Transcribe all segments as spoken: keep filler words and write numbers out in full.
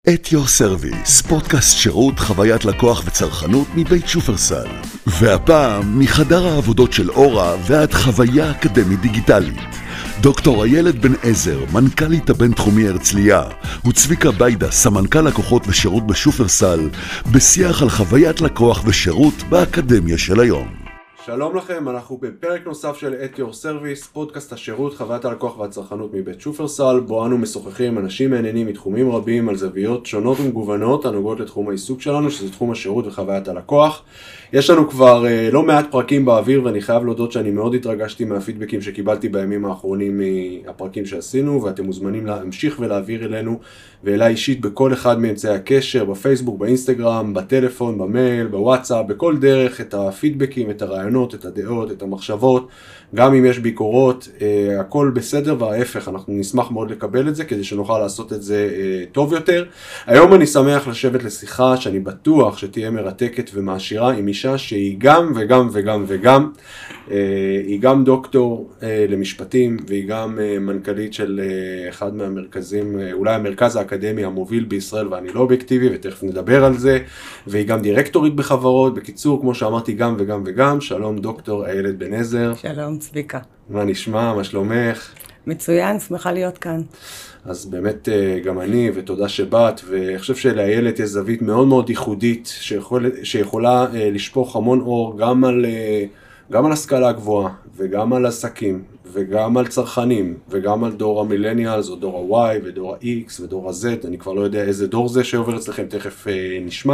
את Your Service, פודקאסט שירות, חוויית לקוח וצרכנות מבית שופרסל. והפעם מחדר העבודות של אורה ועד חוויה אקדמית דיגיטלית. דוקטור איילת בן עזר, מנכ"לית הבינתחומי הרצליה, וצביקה ביידה, סמנכ"ל לקוחות ושירות בשופרסל, בשיח על חוויית לקוח ושירות באקדמיה של היום. שלום לכם, אנחנו בפרק נוסף של את Your Service, פודקאסט השירות, חוויית הלקוח והצרכנות מבית שופרסל, בו אנו משוחחים אנשים מעניינים מתחומים רבים על זוויות שונות ומגוונות הנוגעות לתחום העיסוק שלנו, שזה תחום השירות וחוויית הלקוח. יש לנו כבר uh, לא מעט פרקים באוויר, ואני חייב להודות שאני מאוד התרגשתי מהפידבקים שקיבלתי בימים האחרונים מהפרקים שעשינו, ואתם מוזמנים להמשיך ולהעביר אלינו ואליי אישית בכל אחד מאמצעי הקשר, בפייסבוק, באינסטגרם, בטלפון, במייל, בוואטסאפ, בכל דרך, את הפידבקים, את הרעיונות, את הדעות, את המחשבות, גם אם יש ביקורות, uh, הכל בסדר, וההפך, אנחנו נשמח מאוד לקבל את זה, כדי שנוכל לעשות את זה uh, טוב יותר. היום אני שמח לשבת לשיחה שאני בטוח שתהיה מרתקת ומעשירה עם אישה שהיא גם וגם וגם וגם, uh, היא גם דוקטור uh, למשפטים, והיא גם uh, מנכ"לית של uh, אחד מהמרכזים, uh, אולי המרכז האקדמי המוביל בישראל, ואני לא אובייקטיבי, ותכף נדבר על זה, והיא גם דירקטורית בחברות. בקיצור, כמו שאמרתי, גם וגם וגם. שלום דוקטור איילת בן עזר. שלום צביקה. מה נשמע? מה שלומך? מצוין, שמחה להיות כאן. אז באמת גם אני, ותודה שבאת, ואני חושב שלאיילת יש זווית מאוד מאוד ייחודית, שיכול, שיכולה לשפוך המון אור גם על, גם על השכלה הגבוהה, וגם על עסקים, וגם על צרכנים, וגם על דור המילניאלס, או דור ה-Y, ודור ה-X, ודור ה-Z, אני כבר לא יודע איזה דור זה שעובר אצלכם, תכף נשמע.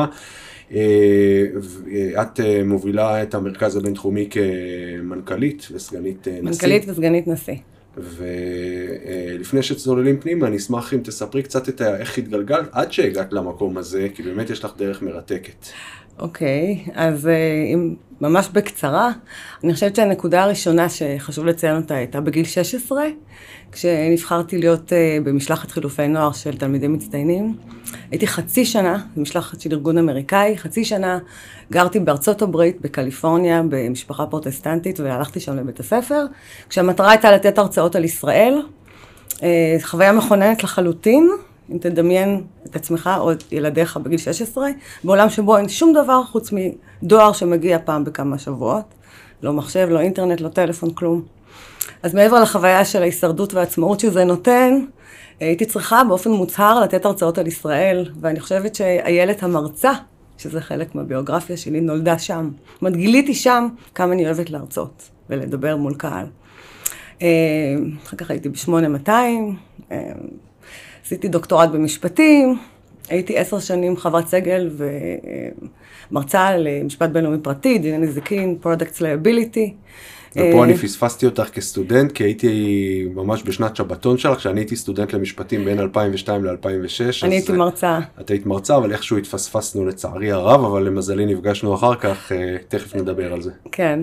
את מובילה את המרכז הבינתחומי כמנכ"לית וסגנית נשיא. מנכ"לית וסגנית נשיא. ולפני שצוללים פנימה, אני אשמח אם תספרי קצת את איך התגלגלת עד שהגעת למקום הזה, כי באמת יש לך דרך מרתקת. אוקיי, אז אם ממש בקצרה, אני חושבת שהנקודה הראשונה שחשוב לציין אותה הייתה בגיל שש עשרה, כשנבחרתי להיות במשלחת חילופי נוער של תלמידים מצטיינים. הייתי חצי שנה, במשלחת של ארגון אמריקאי, חצי שנה גרתי בארצות הברית, בקליפורניה, במשפחה פרוטסטנטית, והלכתי שם לבית הספר, כשהמטרה הייתה לתת הרצאות על ישראל, חוויה מכוננת לחלוטין, אם תדמיין את עצמך או את ילדיך בגיל שש עשרה, בעולם שבו אין שום דבר חוץ מדואר שמגיע פעם בכמה שבועות, לא מחשב, לא אינטרנט, לא טלפון, כלום. אז מעבר לחוויה של ההישרדות והעצמאות שזה נותן, הייתי צריכה באופן מוצהר לתת הרצאות על ישראל, ואני חושבת שאיילת המרצה, שזה חלק מהביוגרפיה שלי, נולדה שם. זאת אומרת, גיליתי שם כמה אני אוהבת להרצות ולדבר מול קהל. אחר כך הייתי ב-שמונה מאתיים, עשיתי דוקטורט במשפטים, הייתי עשר שנים חברת סגל ומרצה למשפט בינלאומי פרטי, דיני נזיקין, Products Liability. ופה אני פספסתי אותך כסטודנט, כי הייתי ממש בשנת שבתון שלך, כשאני הייתי סטודנט למשפטים בין אלפיים ושתיים ל-אלפיים ושש. אני הייתי מרצה. את היית מרצה, אבל איכשהו התפספסנו לצערי הרב, אבל למזלי נפגשנו אחר כך, תכף נדבר על זה. כן.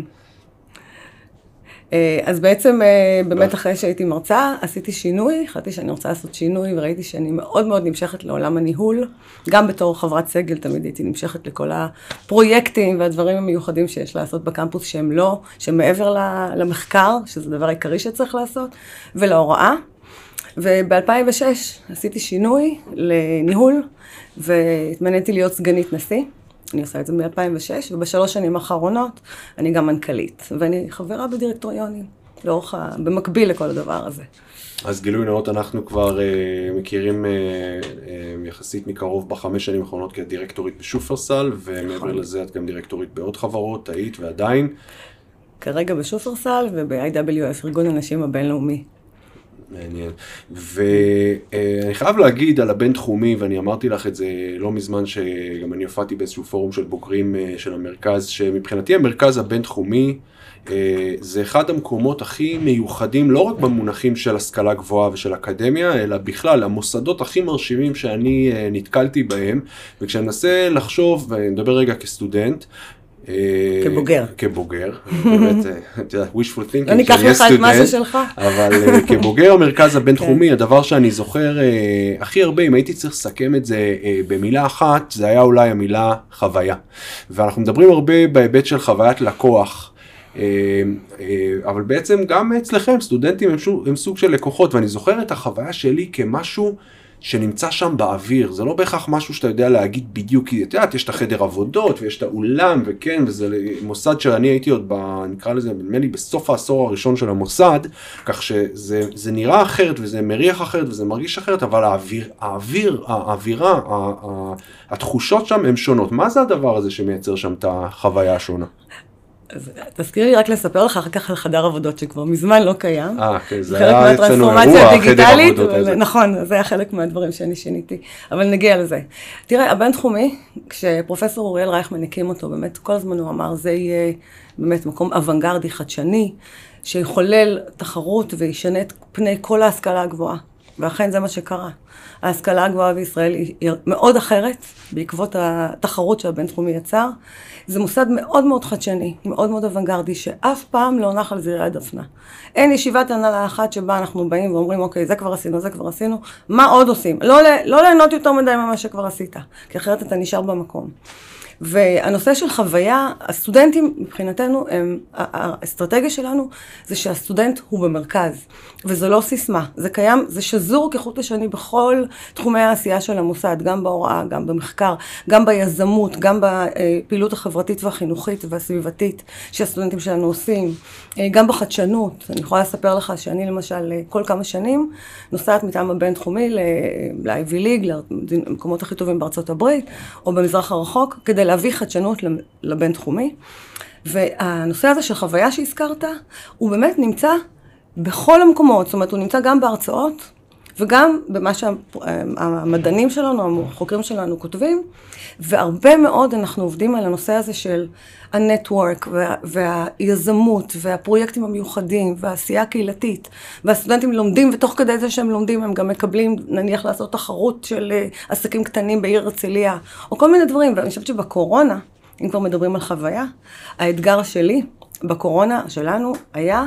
אז בעצם, באמת אחרי שהייתי מרצה, עשיתי שינוי, החלטתי שאני רוצה לעשות שינוי, וראיתי שאני מאוד מאוד נמשכת לעולם הניהול, גם בתור חברת סגל, תמיד הייתי נמשכת לכל הפרויקטים והדברים המיוחדים שיש לעשות בקמפוס, שהם לא, שמעבר למחקר, שזה הדבר העיקרי שצריך לעשות, ולהוראה. וב-אלפיים ושש עשיתי שינוי לניהול, והתמניתי להיות סגנית נשיא. אני עושה את זה מ-אלפיים ושש, ובשלוש שנים האחרונות אני גם מנכ"לית, ואני חברה בדירקטוריונים, לאורך, במקביל לכל הדבר הזה. אז גילוי נאות, אנחנו כבר uh, מכירים uh, uh, יחסית מקרוב בחמש שנים האחרונות כדירקטורית בשופרסל, ומעבר לזה את גם דירקטורית בעוד חברות, היית ועדיין. כרגע בשופרסל וב-איי דאבליו אף, ארגון הנשים הבינלאומי. מעניין. ואני חייב להגיד על הבינתחומי, ואני אמרתי לך את זה לא מזמן, שגם אני הופעתי באיזשהו פורום של בוגרים של המרכז, שמבחינתי המרכז הבינתחומי זה אחד המקומות הכי מיוחדים, לא רק במונחים של השכלה גבוהה ושל אקדמיה, אלא בכלל המוסדות הכי מרשימים שאני נתקלתי בהם, וכשאני מנסה לחשוב, ואני מדבר רגע כסטודנט, כבוגר. כבוגר, באמת, wishful thinking, אני אקח לך את משהו שלך. אבל כבוגר המרכז הבינתחומי, הדבר שאני זוכר הכי הרבה, אם הייתי צריך לסכם את זה במילה אחת, זה היה אולי המילה חוויה. ואנחנו מדברים הרבה בהיבט של חוויית לקוח, אבל בעצם גם אצלכם, סטודנטים הם סוג של לקוחות, ואני זוכר את החוויה שלי כמשהו שנמצא שם באוויר, זה לא בהכרח משהו שאתה יודע להגיד בדיוק, כי את יודעת, יש את החדר עבודות, ויש את האולם, וכן, וזה מוסד שאני הייתי עוד, ב, נקרא לזה, נדמה לי, בסוף העשור הראשון של המוסד, כך שזה זה נראה אחרת, וזה מריח אחרת, וזה מרגיש אחרת, אבל האוויר, האוויר, האווירה, התחושות שם הן שונות. מה זה הדבר הזה שמייצר שם את החוויה השונה? אז תזכיר לי רק לספר לך אחר כך על חדר עבודות שכבר מזמן לא קיים. אה, כן, זה היה אצלנו אירוע, חדר עבודות הזה. נכון, זה היה חלק מהדברים שאני שיניתי, אבל נגיע לזה. תראה, הבינתחומי, כשפרופסור אוריאל רייכמן הקים אותו, באמת כל הזמן הוא אמר, זה יהיה באמת מקום אוונגרדי חדשני, שיחולל תחרות וישנה את פני כל ההשכלה הגבוהה. ואכן זה מה שקרה. ההשכלה הגבוהה בישראל היא מאוד אחרת, בעקבות התחרות שהבינתחומי יצר. זה מוסד מאוד מאוד חדשני, מאוד מאוד אוונגרדי, שאף פעם לא נח על זרי הדפנה. אין ישיבת הנהלה אחת שבה אנחנו באים ואומרים, אוקיי, זה כבר עשינו, זה כבר עשינו, מה עוד עושים? לא, לא ליהנות יותר מדי ממה שכבר עשית, כי אחרת אתה נשאר במקום. והנושא של חוויה, הסטודנטים מבחינתנו, הם, האסטרטגיה שלנו זה שהסטודנט הוא במרכז, וזה לא סיסמה, זה קיים, זה שזור כחוט השני בכל תחומי העשייה של המוסד, גם בהוראה, גם במחקר, גם ביזמות, גם בפעילות החברתית והחינוכית והסביבתית שהסטודנטים שלנו עושים, גם בחדשנות. אני יכולה לספר לך שאני למשל כל כמה שנים נוסעת מטעם הבינתחומי ל-איווי ליג, למקומות הכי טובים בארצות הברית, או במזרח הרחוק, כדי להביא חדשנות לבינתחומי. והנושא הזה של חוויה שהזכרת, הוא באמת נמצא בכל המקומות, זאת אומרת, הוא נמצא גם בהרצאות, וגם במה שהמדענים שלנו, החוקרים שלנו כותבים, והרבה מאוד אנחנו עובדים על הנושא הזה של הנטוורק והיזמות והפרויקטים המיוחדים והעשייה הקהילתית, והסטודנטים לומדים, ותוך כדי זה שהם לומדים הם גם מקבלים, נניח, לעשות תחרות של עסקים קטנים בעיר הרצליה, או כל מיני דברים. ואני חושבת שבקורונה, אם כבר מדברים על חוויה, האתגר שלי בקורונה שלנו היה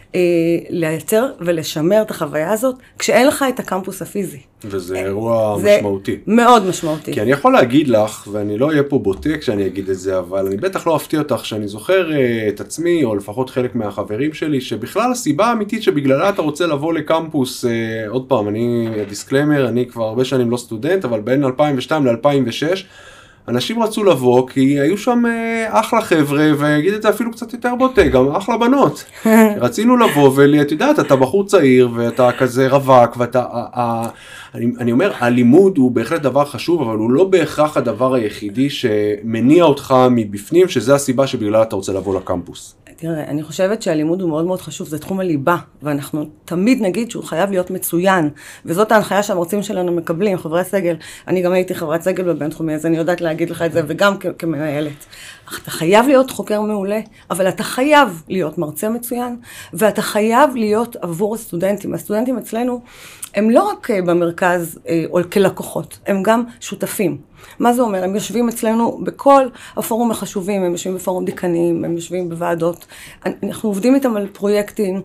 לייצר ולשמר את החוויה הזאת, כשאין לך את הקמפוס הפיזי. וזה אירוע זה משמעותי. מאוד משמעותי. כי אני יכול להגיד לך, ואני לא אהיה פה בוטה כשאני אגיד את זה, אבל אני בטח לא אפתיע אותך שאני זוכר את עצמי, או לפחות חלק מהחברים שלי, שבכלל הסיבה האמיתית שבגללה אתה רוצה לבוא לקמפוס, עוד פעם, אני, דיסקליימר, אני כבר הרבה שנים לא סטודנט, אבל בין אלפיים ושתיים ל-אלפיים ושש, אנשים רצו לבוא כי היו שם אחלה חבר'ה, ויגיד את זה אפילו קצת יותר בוטה, גם אחלה בנות. רצינו לבוא ואת יודעת, אתה בחור צעיר ואתה כזה רווק, ואתה, אני, אני אומר, הלימוד הוא בהחלט דבר חשוב, אבל הוא לא בהכרח הדבר היחידי שמניע אותך מבפנים, שזה הסיבה שבגלל אתה רוצה לבוא לקמפוס. תראה, אני חושבת שהלימוד הוא מאוד מאוד חשוב, זה תחום הליבה, ואנחנו תמיד נגיד שהוא חייב להיות מצוין, וזאת ההנחיה שהמרצים שלנו מקבלים, חברי סגל. אני גם הייתי חברת סגל בבינתחומי, אז אני יודעת להגיד לך את זה, וגם כמנהלת. אתה חייב להיות חוקר מעולה, אבל אתה חייב להיות מרצה מצוין, ואתה חייב להיות עבור הסטודנטים. הסטודנטים אצלנו הם לא רק במרכז או כלקוחות, הם גם שותפים. מה זה אומר? הם יושבים אצלנו בכל הפורום החשובים, הם יושבים בפורום דיקנים, הם יושבים בוועדות. אנחנו עובדים איתם על פרויקטים.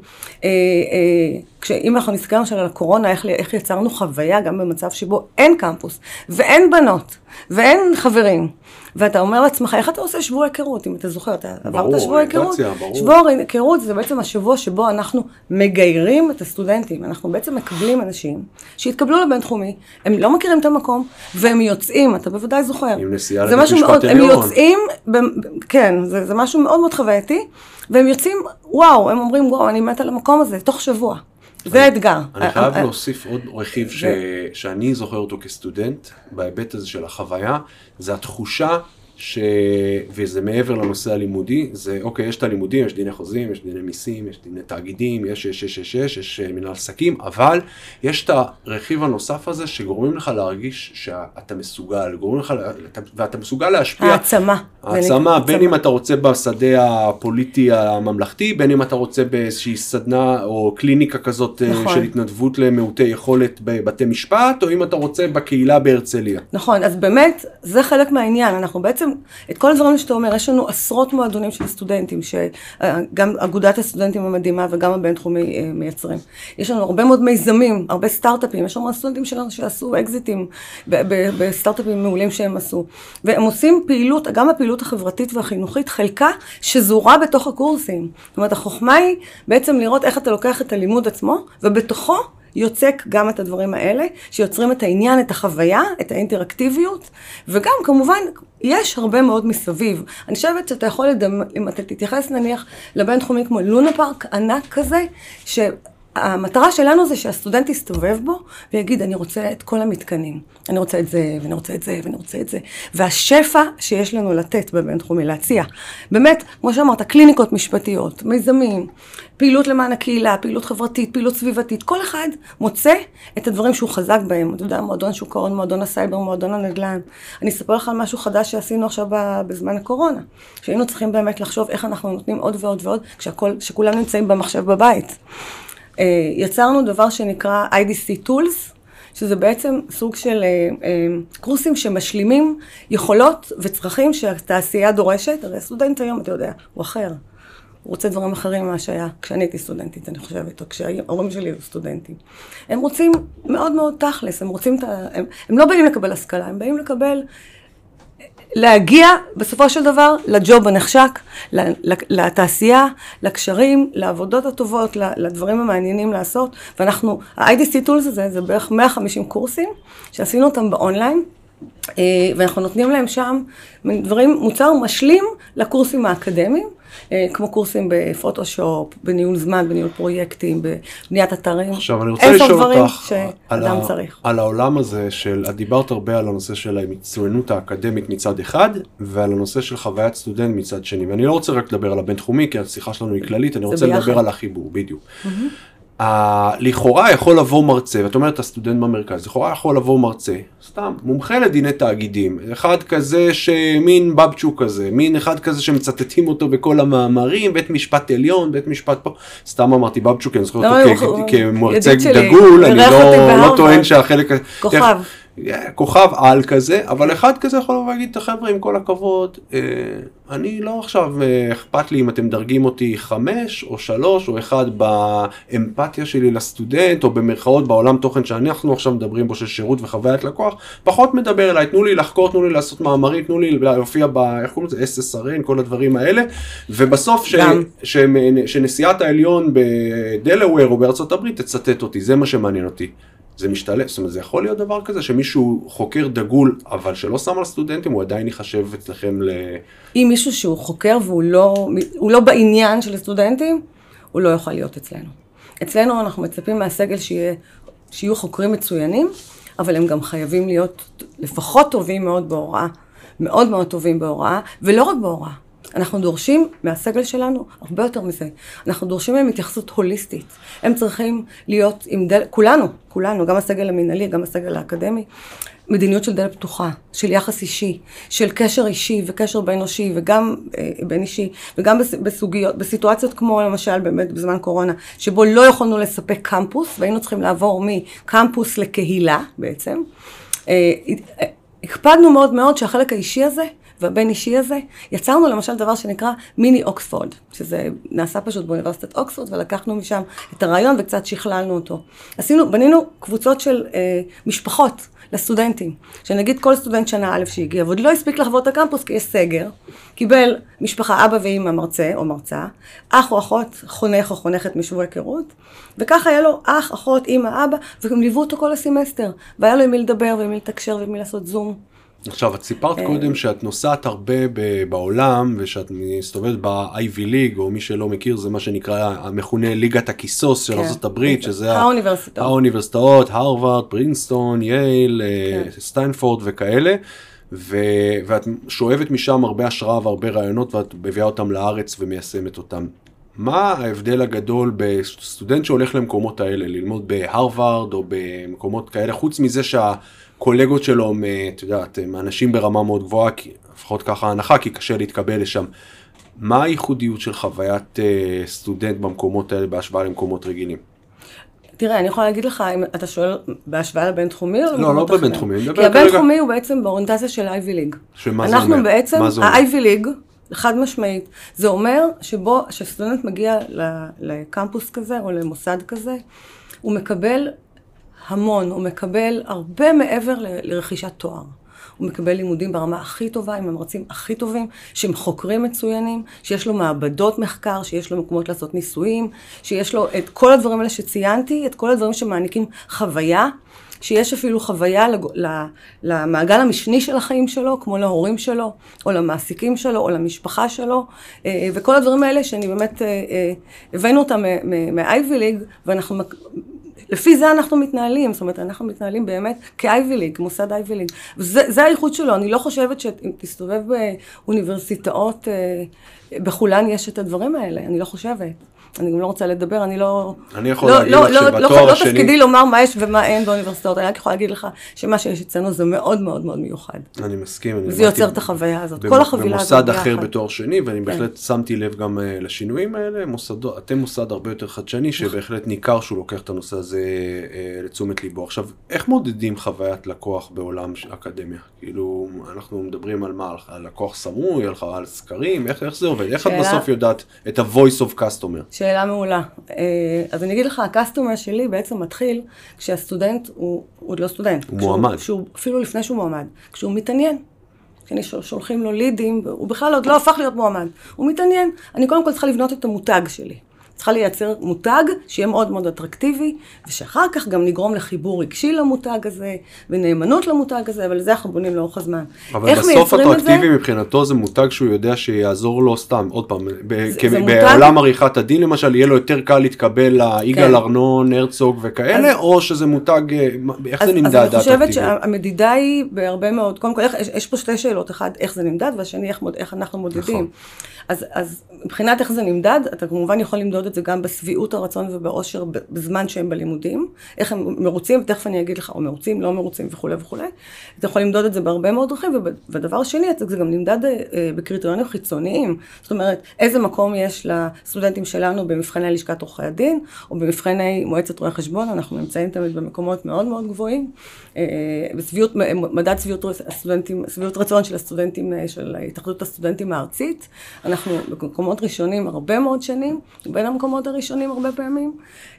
כשאם אנחנו נזכר למשל על הקורונה, איך, איך יצרנו חוויה גם במצב שבו אין קמפוס, ואין בנות, ואין חברים. ואתה אומר לעצמך, איך אתה עושה שבוע היכרות? אם אתה זוכר, אתה עברת שבוע היכרות? שבוע היכרות זה בעצם השבוע שבו אנחנו מגיירים את הסטודנטים. אנחנו בעצם מקבלים אנשים שהתקבלו לבינתחומי, הם לא מכירים את המקום, והם יוצאים, אתה בוודאי זוכר. עם נסיעה לבית משפט עליון. הם יוצאים, כן, זה, זה משהו מאוד מאוד חווייתי, והם יוצאים, וואו, הם אומרים, וואו, אני מת על המקום הזה, תוך שבוע. זה אתגר. אני חייב להוסיף עוד רכיב שאני זוכר אותו כסטודנט, בהיבט הזה של החוויה, זה התחושה ש... וזה מעבר לנושא הלימודי, זה אוקיי, יש את הלימודים, יש דיני חוזים, יש דיני מיסים, יש דיני תאגידים, יש יש יש יש יש, יש מנהל עסקים, אבל יש את הרכיב הנוסף הזה שגורמים לך להרגיש שאתה מסוגל, גורמים לך, ואתה מסוגל להשפיע. העצמה. העצמה, בין אם אתה רוצה בשדה הפוליטי הממלכתי, בין אם אתה רוצה באיזושהי סדנה או קליניקה כזאת של התנדבות למעוטי יכולת בבתי משפט, או אם אתה רוצה בקהילה בהרצליה. נכון, אז באמת זה חלק מהעניין, אנחנו בעצם את כל הדברים שאתה אומר, יש לנו עשרות מועדונים של סטודנטים, שגם אגודת הסטודנטים המדהימה וגם הבינתחומי מייצרים. יש לנו הרבה מאוד מיזמים, הרבה סטארט-אפים, יש לנו סטודנטים שלנו שעשו אקזיטים בסטארט-אפים מעולים שהם עשו. והם עושים פעילות, גם הפעילות החברתית והחינוכית, חלקה שזורה בתוך הקורסים. זאת אומרת, החוכמה היא בעצם לראות איך אתה לוקח את הלימוד עצמו, ובתוכו יוצק גם את הדברים האלה, שיוצרים את העניין, את החוויה, את האינטראקטיביות, וגם כמובן יש הרבה מאוד מסביב. אני חושבת שאתה יכול לדמ... אם אתה תתייחס נניח לבן תחומי כמו לונה פארק ענק כזה, ש... המטרה שלנו זה שהסטודנט יסתובב בו ויגיד, אני רוצה את כל המתקנים. אני רוצה את זה, ואני רוצה את זה, ואני רוצה את זה. והשפע שיש לנו לתת בבין תחומי, להציע. באמת, כמו שאמרת, קליניקות משפטיות, מיזמים, פעילות למען הקהילה, פעילות חברתית, פעילות סביבתית. כל אחד מוצא את הדברים שהוא חזק בהם. אתה יודע, מועדון שוק ההון, מועדון הסייבר, מועדון הנדל"ן. אני אספר לך על משהו חדש שעשינו עכשיו בזמן הקורונה. שהיינו צריכים באמת לחשוב איך אנחנו נותנים עוד ועוד ועוד, כשהכל, שכולם נמצאים במחשב בבית. יצרנו דבר שנקרא איי די סי Tools, שזה בעצם סוג של קורסים שמשלימים יכולות וצרכים שהתעשייה דורשת. הרי הסטודנט היום, אתה יודע, הוא אחר. הוא רוצה דברים אחרים ממה שהיה כשאני הייתי סטודנטית, אני חושבת, או כשההורים שלי היו סטודנטים. הם רוצים מאוד מאוד תכלס, הם רוצים, הם, הם לא באים לקבל השכלה, הם באים לקבל, להגיע בסופו של דבר לג'וב הנחשק, לתעשייה, לקשרים, לעבודות הטובות, לדברים המעניינים לעשות. ואנחנו, ה-איי די סי Tools הזה, זה בערך מאה וחמישים קורסים, שעשינו אותם באונליין, ואנחנו נותנים להם שם דברים, מוצר משלים לקורסים האקדמיים, כמו קורסים בפוטושופ, בניהול זמן, בניהול פרויקטים, בבניית אתרים. עכשיו, אני רוצה לשאול אותך על, ה- צריך. על העולם הזה של, את דיברת הרבה על הנושא של המצוינות האקדמית מצד אחד, ועל הנושא של חוויית סטודנט מצד שני. ואני לא רוצה רק לדבר על הבינתחומי, כי השיחה שלנו היא כללית, אני רוצה ביחד. לדבר על החיבור, בדיוק. Mm-hmm. לכאורה יכול לבוא מרצה, ואת אומרת הסטודנט במרכז, לכאורה יכול לבוא מרצה, סתם, מומחה לדיני תאגידים, אחד כזה שמין בבצ'וק כזה, מין אחד כזה שמצטטים אותו בכל המאמרים, בית משפט עליון, בית משפט פה, סתם אמרתי בבצ'וק, אני זוכר אותו כמרצה דגול, אני לא טוען שהחלק... כוכב. כוכב על כזה, אבל אחד כזה יכול לבוא להגיד, חבר'ה, עם כל הכבוד, אני לא עכשיו אכפת לי אם אתם דרגים אותי חמש או שלוש או אחד באמפתיה שלי לסטודנט או במרכאות בעולם תוכן שאנחנו עכשיו מדברים בו של שירות וחוויית לקוח, פחות מדבר אליי, תנו לי לחקור, תנו לי לעשות מאמרים, תנו לי להופיע ב... איך קוראים לזה? אס אס אר אן, כל הדברים האלה, ובסוף ש... ש... שנשיאת העליון בדלוור או בארצות הברית תצטט אותי, זה מה שמעניין אותי. זה משתלב, זאת אומרת, זה יכול להיות דבר כזה שמישהו חוקר דגול, אבל שלא שם על סטודנטים, הוא עדיין יחשב אצלכם ל... אם מישהו שהוא חוקר והוא לא, הוא לא בעניין של הסטודנטים, הוא לא יוכל להיות אצלנו. אצלנו אנחנו מצפים מהסגל שיהיה, שיהיו חוקרים מצוינים, אבל הם גם חייבים להיות לפחות טובים מאוד בהוראה, מאוד מאוד טובים בהוראה, ולא רק בהוראה. אנחנו דורשים מהסגל שלנו הרבה יותר מזה. אנחנו דורשים מהם התייחסות הוליסטית. הם צריכים להיות עם דלת, כולנו, כולנו, גם הסגל המנהלי, גם הסגל האקדמי, מדיניות של דלת פתוחה, של יחס אישי, של קשר אישי וקשר בין אנושי וגם אה, בין אישי, וגם בסוגיות, בסיטואציות כמו למשל באמת בזמן קורונה, שבו לא יכולנו לספק קמפוס, והיינו צריכים לעבור מקמפוס לקהילה בעצם. אה, הקפדנו מאוד מאוד שהחלק האישי הזה, והבין אישי הזה, יצרנו למשל דבר שנקרא מיני אוקספורד, שזה נעשה פשוט באוניברסיטת אוקספורד, ולקחנו משם את הרעיון וקצת שכללנו אותו. עשינו, בנינו קבוצות של אה, משפחות לסטודנטים, שנגיד כל סטודנט שנה א' שהגיע, ועוד לא הספיק לחוות את הקמפוס כי יש סגר, קיבל משפחה, אבא ואמא מרצה או מרצה, אח או אחות, חונך או חונכת משבוע היכרות, וכך היה לו אח, אחות, אמא, אבא, והם ליוו אותו כל הסמסטר, והיה לו עם מי לדבר ועם מי לתקשר ועם מי לעשות זום. עכשיו, את סיפרת קודם שאת נוסעת הרבה בעולם, ושאת מסתובבת ב-איי-וי ליג, או מי שלא מכיר, זה מה שנקרא, המכונה ליגת הכיסוס של ארצות הברית, שזה האוניברסיטאות, האוניברסיטאות, הרווארד, פרינסטון, יייל, סטנפורד וכאלה, ואת שואבת משם הרבה השראה והרבה רעיונות, ואת מביאה אותם לארץ ומיישמת אותם. מה ההבדל הגדול בסטודנט שהולך למקומות האלה, ללמוד בהרווארד או במקומות כאלה, חוץ מזה שה... קולגות שלו, את יודעת, אנשים ברמה מאוד גבוהה, לפחות ככה הנחה, כי קשה להתקבל לשם. מה הייחודיות של חוויית סטודנט במקומות האלה בהשוואה למקומות רגילים? תראה, אני יכולה להגיד לך, אם אתה שואל בהשוואה לבינתחומי או למקומות אחרים? לא, לא בבינתחומי. כי הבינתחומי הוא בעצם באוריינטציה של איי-וי ליג. שמה זה אומר? אנחנו בעצם, ה-איי-וי ליג, חד משמעית, זה אומר שבו, שסטודנט מגיע לקמפוס כזה או למוסד כזה, הוא מקבל המון, הוא מקבל הרבה מעבר ל- לרכישת תואר. הוא מקבל לימודים ברמה הכי טובה, עם המרצים הכי טובים, שהם חוקרים מצוינים, שיש לו מעבדות מחקר, שיש לו מקומות לעשות ניסויים, שיש לו את כל הדברים האלה שציינתי, את כל הדברים שמעניקים חוויה, שיש אפילו חוויה למעגל המשני של החיים שלו, כמו להורים שלו, או למעסיקים שלו, או למשפחה שלו, וכל הדברים האלה שאני באמת הבאנו אותם מאייבי ליג, ואנחנו, לפי זה אנחנו מתנהלים, זאת אומרת, אנחנו מתנהלים באמת כאייבי ליג, כמוסד אייבי ליג. וזה הייחוד שלו, אני לא חושבת שאם תסתובב באוניברסיטאות, בכולן יש את הדברים האלה, אני לא חושבת. אני גם לא רוצה לדבר, אני לא... אני יכול להגיד לך שבתואר השני... לא תפקידי לומר מה יש ומה אין באוניברסיטאות, אני רק יכולה להגיד לך שמה שיש אצלנו זה מאוד מאוד מאוד מיוחד. אני מסכים. זה יוצר את החוויה הזאת, כל החבילה הזאת ביחד. במוסד אחר בתואר שני, ואני בהחלט שמתי לב גם לשינויים האלה, אתם מוסד הרבה יותר חדשני, שבהחלט ניכר שהוא לוקח את הנושא הזה לתשומת ליבו. עכשיו, איך מודדים חוויית לקוח בעולם האקדמיה? כאילו, אנחנו מדברים על מה? על לקוח סמוי, על סקרים, איך זה עובד? איך את בסוף יודעת את ה-voice of customer? שאלה מעולה. אז אני אגיד לך, הקסטומר שלי בעצם מתחיל כשהסטודנט הוא עוד לא סטודנט. הוא מועמד. אפילו לפני שהוא מועמד. כשהוא מתעניין. כשאני שולחים לו לידים, הוא בכלל עוד לא הפך להיות מועמד. הוא מתעניין. אני קודם כל צריכה לבנות את המותג שלי. צריכה לייצר מותג שיהיה מאוד מאוד אטרקטיבי, ושאחר כך גם נגרום לחיבור רגשי למותג הזה, ונאמנות למותג הזה, אבל לזה אנחנו בונים לאורך הזמן. אבל בסוף אטרקטיבי מבחינתו זה מותג שהוא יודע שיעזור לו סתם, עוד פעם, בעולם עריכת הדין למשל, יהיה לו יותר קל להתקבל ליגאל ארנון, הרצוג וכאלה, או שזה מותג, איך זה נמדד האטרקטיבי? אז אני חושבת שהמדידה היא בהרבה מאוד, קודם כל, יש פה שתי שאלות, אחד, איך זה נמדד, והשני, איך אנחנו מודדים. אז, אז מבחינת איך זה נמדד, אתה כמובן יכול למדוד את זה גם בסביעות הרצון ובאושר בזמן שהם בלימודים, איך הם מרוצים, תכף אני אגיד לך, או מרוצים, לא מרוצים וכו' וכו'. אתה יכול למדוד את זה בהרבה מאוד דרכים, ובדבר שני, זה גם נמדד בקריטריונים חיצוניים. זאת אומרת, איזה מקום יש לסטודנטים שלנו במבחני לשכת עורכי הדין, או במבחני מועצת רואי חשבון, אנחנו נמצאים תמיד במקומות מאוד מאוד גבוהים. בסביעות, מדד סביעות הסטודנטים, סביעות רצון של הסטודנטים, של התאחדות הסטודנטים הארצית. אנחנו במקומות ראשונים הרבה מאוד שנים, בין המקומות הראשונים הרבה פעמים.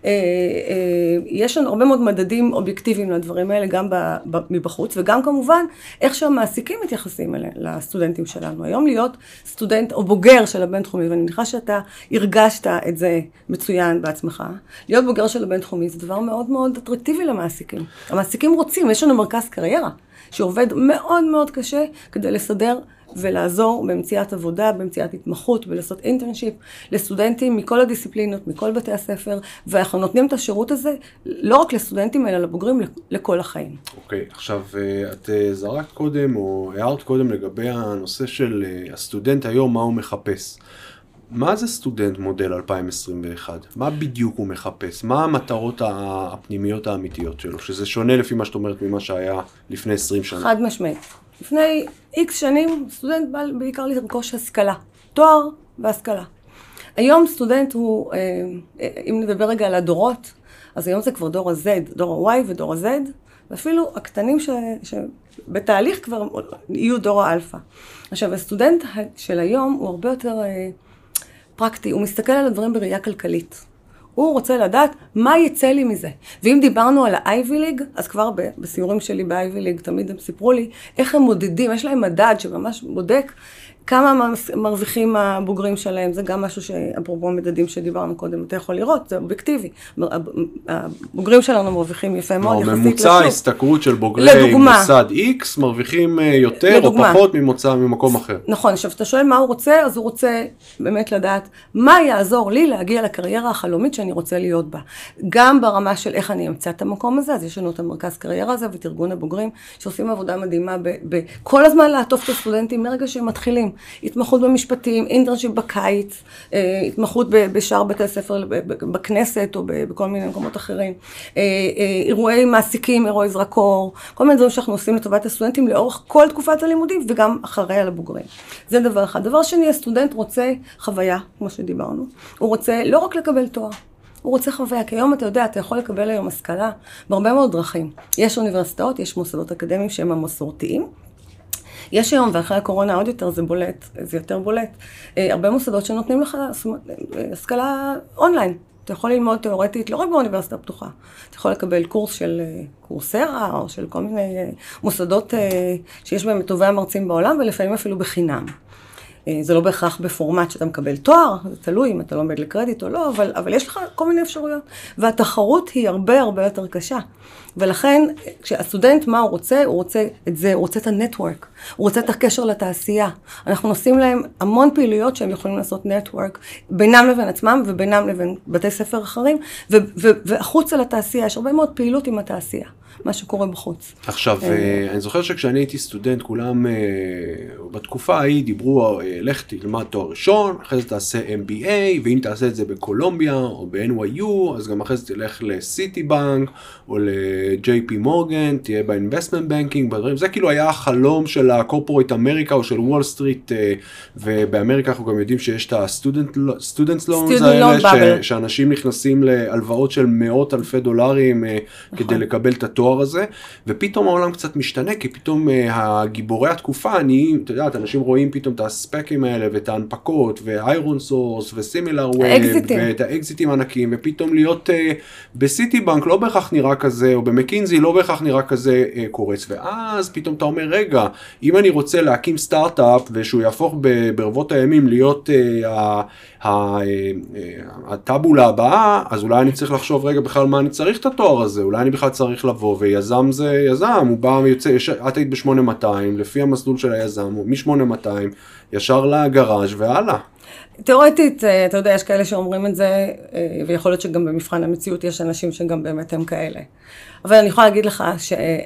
יש לנו הרבה מאוד מדדים אובייקטיביים לדברים האלה, גם מבחוץ, וגם כמובן איך שהמעסיקים מתייחסים אליהם, לסטודנטים שלנו. היום להיות סטודנט או בוגר של הבינתחומי, ואני מניחה שאתה הרגשת את זה מצוין בעצמך, להיות בוגר של הבינתחומי זה דבר מאוד מאוד אטרקטיבי למעסיקים. המעסיקים רוצים, יש לנו מרכז קריירה, שעובד מאוד מאוד קשה כדי לסדר ולעזור במציאת עבודה, במציאת התמחות, ולעשות אינטרנשיפ לסטודנטים מכל הדיסציפלינות, מכל בתי הספר, ואנחנו נותנים את השירות הזה לא רק לסטודנטים, אלא לבוגרים לכל החיים. אוקיי, עכשיו את זרקת קודם, או הערת קודם לגבי הנושא של הסטודנט היום, מה הוא מחפש. מה זה סטודנט מודל אלפיים עשרים ואחת? מה בדיוק הוא מחפש? מה המטרות הפנימיות האמיתיות שלו? שזה שונה לפי מה שאת אומרת ממה שהיה לפני עשרים שנה. חד משמעית. לפני איקס שנים, סטודנט בא בעיקר לרכוש השכלה, תואר והשכלה. היום סטודנט הוא, אם נדבר רגע על הדורות, אז היום זה כבר דור ה-Z, דור ה-Y ודור ה-Z, ואפילו הקטנים ש, שבתהליך כבר יהיו דור האלפא. עכשיו, הסטודנט של היום הוא הרבה יותר פרקטי, הוא מסתכל על הדברים בראייה כלכלית. הוא רוצה לדעת מה יצא לי מזה. ואם דיברנו על ה-Ivy League, אז כבר בסיורים שלי ב-Ivy League תמיד הם סיפרו לי איך הם מודדים, יש להם מדד שממש בודק כמה מרוויחים הבוגרים שלהם, זה גם משהו שאפרופו מדדים שדיברנו קודם, אתה יכול לראות, זה אובייקטיבי. הבוגרים שלנו מרוויחים יפה מאוד יחסית לשוק. ממוצע ההסתכרות של בוגרי מוסד X מרוויחים יותר או פחות ממוצע ממקום אחר. נכון, עכשיו אתה שואל מה הוא רוצה, אז הוא רוצה באמת לדעת מה יעזור לי להגיע לקריירה החלומית שאני רוצה להיות בה. גם ברמה של איך אני אמצא את המקום הזה, אז יש לנו את המרכז קריירה הזה ואת ארגון הבוגרים, שעושים עבודה מדהימה בכל הזמן לעטוף את הסטודנטים מרגע שהם מתחילים. התמחות במשפטים, אינטרנשיפ בקיץ, התמחות בשאר בתי הספר, בכנסת או בכל מיני מקומות אחרים, אירועי מעסיקים, אירועי זרקור, כל מיני דברים שאנחנו עושים לטובת הסטודנטים לאורך כל תקופת הלימודים וגם אחרי על הבוגרים. זה דבר אחד. דבר שני, הסטודנט רוצה חוויה, כמו שדיברנו. הוא רוצה לא רק לקבל תואר, הוא רוצה חוויה, כי היום אתה יודע, אתה יכול לקבל היום השכלה בהרבה מאוד דרכים. יש אוניברסיטאות, יש מוסדות אקדמיים שהם המסורתיים, יש היום, ואחרי הקורונה עוד יותר זה בולט, זה יותר בולט, הרבה מוסדות שנותנים לך השכלה אונליין. אתה יכול ללמוד תיאורטית, לא רק באוניברסיטה הפתוחה. אתה יכול לקבל קורס של קורסרה, או של כל מיני מוסדות שיש בהם טובי המרצים בעולם, ולפעמים אפילו בחינם. זה לא בהכרח בפורמט שאתה מקבל תואר, זה תלוי אם אתה לומד לקרדיט או לא, אבל, אבל יש לך כל מיני אפשרויות. והתחרות היא הרבה הרבה יותר קשה. ולכן, כשהסטודנט, מה הוא רוצה? הוא רוצה את זה, הוא רוצה את הנטוורק, הוא רוצה את הקשר לתעשייה. אנחנו נושאים להם המון פעילויות שהם יכולים לעשות נטוורק, בינם לבין עצמם ובינם לבין בתי ספר אחרים, ו- ו- והחוצה לתעשייה, יש הרבה מאוד פעילות עם התעשייה. מה שקורה בחוץ. עכשיו, אני זוכר שכשאני הייתי סטודנט, כולם בתקופה ההיא דיברו, לך תלמד תואר ראשון, אחרי זה תעשה אם בי איי, ואם תעשה את זה בקולומביה או ב-אן וואי יו, אז גם אחרי זה תלך לסיטי בנק או ל-ג'יי פי מורגן, תהיה ב-investment banking, בדברים. זה כאילו היה החלום של הקורפורייט אמריקה או של וול סטריט, ובאמריקה אנחנו גם יודעים שיש את ה-student loans האלה, שאנשים נכנסים להלוואות של מאות אלפי דולרים כדי לקבל את התואר הזה, ופתאום העולם קצת משתנה, כי פתאום הגיבורי התקופה נהיים, אתה יודע, אנשים רואים פתאום את הספקים האלה, ואת ההנפקות, ואיירון סורס, וסימילר ווב, ואת האקזיטים הענקיים, ופתאום להיות בסיטי בנק לא בהכרח נראה כזה, או במקינזי לא בהכרח נראה כזה קורץ, ואז פתאום אתה אומר, רגע, אם אני רוצה להקים סטארט-אפ, ושהוא יהפוך ברבות הימים להיות הטאבולה הבאה, אז אולי אני צריך לחשוב רגע בכלל מה אני צריך את התואר הזה, אולי אני בכלל צריך לבוא, ויזם זה יזם, הוא בא ויוצא, את היית ב-שמונה מאתיים, לפי המסלול של היזם, הוא מ-שמונה מאתיים, ישר לגראז' והלאה. תיאורטית, אתה יודע, יש כאלה שאומרים את זה, ויכול להיות שגם במבחן המציאות יש אנשים שגם באמת הם כאלה. אבל אני יכולה להגיד לך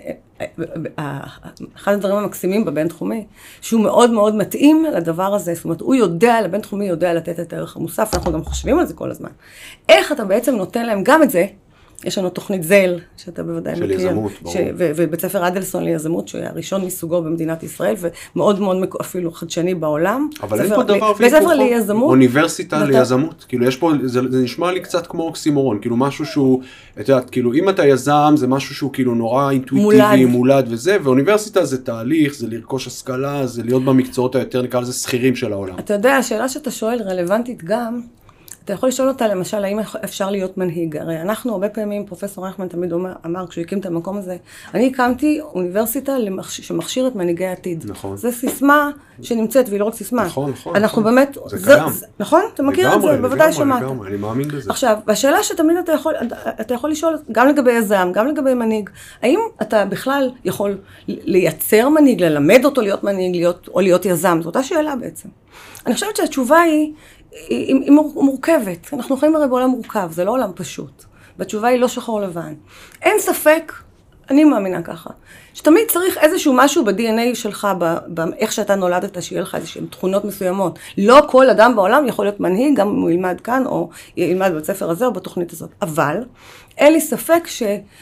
שאחד הדברים המקסימים בבינתחומי, שהוא מאוד מאוד מתאים לדבר הזה, זאת אומרת, הוא יודע, לבינתחומי יודע לתת את הערך המוסף, אנחנו גם חושבים על זה כל הזמן. איך אתה בעצם נותן להם גם את זה, יש לנו תוכנית זל, שאתה בוודאי מכיר. של יזמות, ברור. ובית ספר אדלסון ליזמות, שהוא היה הראשון מסוגו במדינת ישראל, ומאוד מאוד אפילו חדשני בעולם. אבל אין פה דבר והיפוכו, אוניברסיטה ליזמות. כאילו יש פה, זה נשמע לי קצת כמו אוקסימורון, כאילו משהו שהוא, את יודעת, כאילו אם אתה יזם, זה משהו שהוא כאילו נורא אינטואיטיבי, מולד וזה, ואוניברסיטה זה תהליך, זה לרכוש השכלה, זה להיות במקצועות היותר, נקרא לזה שכירים של העולם. אתה יודע, השאלה שאתה שואל רלוונטית גם, אתה יכול לשאול אותה, למשל, האם אפשר להיות מנהיג? הרי אנחנו הרבה פעמים, פרופסור רייכמן תמיד אמר, כשהוא הקים את המקום הזה, אני הקמתי אוניברסיטה שמכשיר את מנהיגי העתיד. נכון. זו סיסמה שנמצאת, והיא לא רק סיסמה. נכון, נכון. אנחנו באמת... זה קיים. נכון? אתה מכיר את זה? בוודאי שמעת. לגמרי, אני מאמין בזה. עכשיו, והשאלה שתמיד אתה יכול, אתה יכול לשאול, גם לגבי יזם, גם לגבי מנהיג, האם אתה בכלל יכול לייצר מנהיג, ללמד אותו להיות מנהיג, או להיות יזם? זו אותה שאלה בעצם. אני חושבת שהתשובה היא, היא, היא מורכבת. אנחנו חיים הרי בעולם מורכב, זה לא עולם פשוט. והתשובה היא לא שחור לבן. אין ספק, אני מאמינה ככה, שתמיד צריך איזשהו משהו ב-די אן איי שלך, באיך שאתה נולדת, שיהיה לך איזושהי תכונות מסוימות. לא כל אדם בעולם יכול להיות מנהיג, גם אם הוא ילמד כאן, או ילמד בבית ספר הזה, או בתוכנית הזאת. אבל, אין לי ספק ש...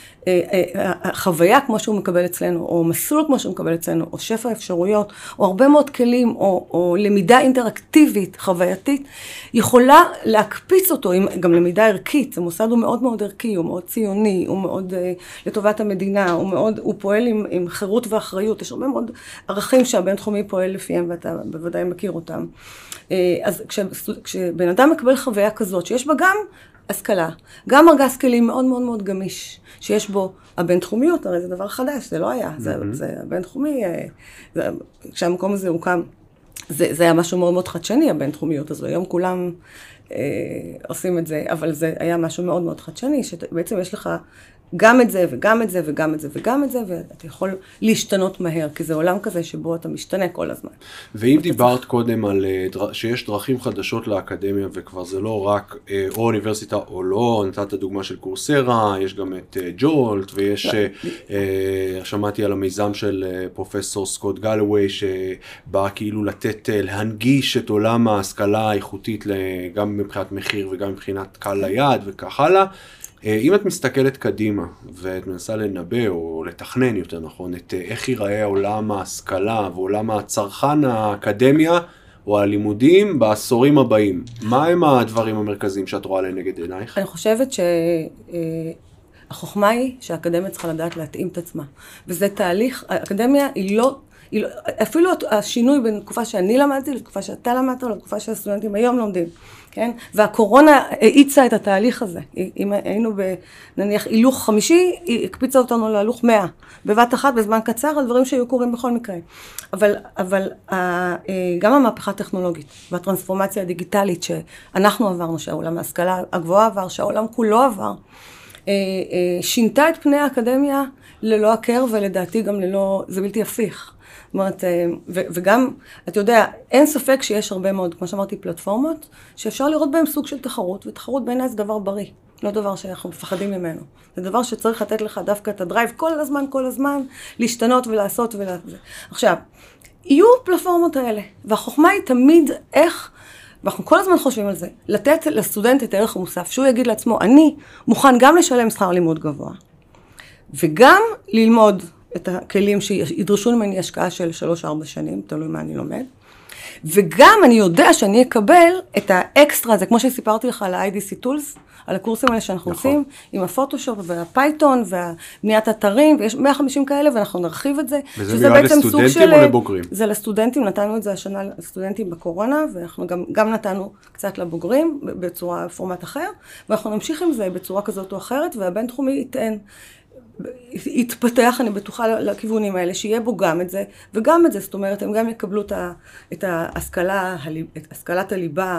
החוויה כמו שהוא מקבל אצלנו, או מסלול כמו שהוא מקבל אצלנו, או שפע אפשרויות, או הרבה מאוד כלים, או, או למידה אינטראקטיבית, חווייתית, יכולה להקפיץ אותו, גם למידה ערכית. המוסד הוא מאוד מאוד ערכי, הוא מאוד ציוני, הוא מאוד uh, לטובת המדינה, הוא מאוד, הוא פועל עם, עם חירות ואחריות, יש הרבה מאוד ערכים שהבינתחומי פועל לפיהם, ואתה בוודאי מכיר אותם. Uh, אז כש, כשבן אדם מקבל חוויה כזאת, שיש בה גם השכלה, גם ארגז כלים מאוד מאוד מאוד גמיש, שיש בו הבינתחומיות, הרי זה דבר חדש, זה לא היה, זה, זה הבינתחומי, זה, כשהמקום הזה הוקם, זה, זה היה משהו מאוד מאוד חדשני, הבינתחומיות הזו, היום כולם אה, עושים את זה, אבל זה היה משהו מאוד מאוד חדשני, שבעצם יש לך גם את זה וגם את זה וגם את זה וגם את זה, ואתה יכול להשתנות מהר, כי זה עולם כזה שבו אתה משתנה כל הזמן. ואם דיברת קודם על שיש דרכים חדשות לאקדמיה, וכבר זה לא רק או אוניברסיטה או לא, נתת דוגמה של קורסרה, יש גם את ג'ולט, ויש, שמעתי על המיזם של פרופסור סקוט גלווי, שבא כאילו לתת, להנגיש את עולם ההשכלה האיכותית, גם מבחינת מחיר וגם מבחינת קהל ליד וכך הלאה. אם את מסתכלת קדימה, ואת מנסה לנבא או לתכנן יותר נכון, את איך ייראה עולם ההשכלה ועולם הצרכן האקדמיה או הלימודים בעשורים הבאים, מה הם הדברים המרכזיים שאת רואה לנגד עינייך? אני חושבת שהחוכמה היא שהאקדמיה צריכה לדעת להתאים את עצמה. וזה תהליך, האקדמיה היא לא, אפילו השינוי בין תקופה שאני למדתי, לתקופה שאתה למדת, או לתקופה שהסטודנטים היום לומדים, כן? והקורונה האיצה את התהליך הזה. אם היינו בנניח הילוך חמישי, היא הקפיצה אותנו להילוך מאה. בבת אחת, בזמן קצר, על דברים שהיו קורים בכל מקרה. אבל, אבל גם המהפכה הטכנולוגית והטרנספורמציה הדיגיטלית שאנחנו עברנו, שהעולם ההשכלה הגבוהה עבר, שהעולם כולו עבר, שינתה את פני האקדמיה ללא הכר, ולדעתי גם ללא, זה בלתי הפיך. זאת אומרת, ו- וגם, אתה יודע, אין ספק שיש הרבה מאוד, כמו שאמרתי, פלטפורמות, שאפשר לראות בהם סוג של תחרות, ותחרות בעיניי זה דבר בריא, לא דבר שאנחנו מפחדים ממנו. זה דבר שצריך לתת לך דווקא את הדרייב כל הזמן, כל הזמן, להשתנות ולעשות ולעשות. עכשיו, יהיו פלטפורמות האלה, והחוכמה היא תמיד איך, ואנחנו כל הזמן חושבים על זה, לתת לסטודנט את הערך המוסף, שהוא יגיד לעצמו, אני מוכן גם לשלם שכר לימוד גבוה, וגם ללמוד את הכלים שידרשו ממני השקעה של שלוש ארבע שנים, תלוי מה אני לומד, וגם אני יודע שאני אקבל את האקסטרה הזה, כמו שסיפרתי לך על ה-איי די סי Tools, על הקורסים האלה שאנחנו נכון. עושים, עם הפוטושופ והפייתון והבניית אתרים, ויש מאה וחמישים כאלה, ואנחנו נרחיב את זה. וזה מיועד לסטודנטים של... או לבוגרים? זה לסטודנטים, נתנו את זה השנה לסטודנטים בקורונה, ואנחנו גם, גם נתנו קצת לבוגרים, בצורה, פורמט אחר, ואנחנו נמשיך עם זה בצורה כזאת או אחרת, והבין תחומי יטען. יתפתח, אני בטוחה לכיוונים האלה, שיהיה בו גם את זה, וגם את זה, זאת אומרת, הם גם יקבלו את ההשכלה, את השכלת הליבה,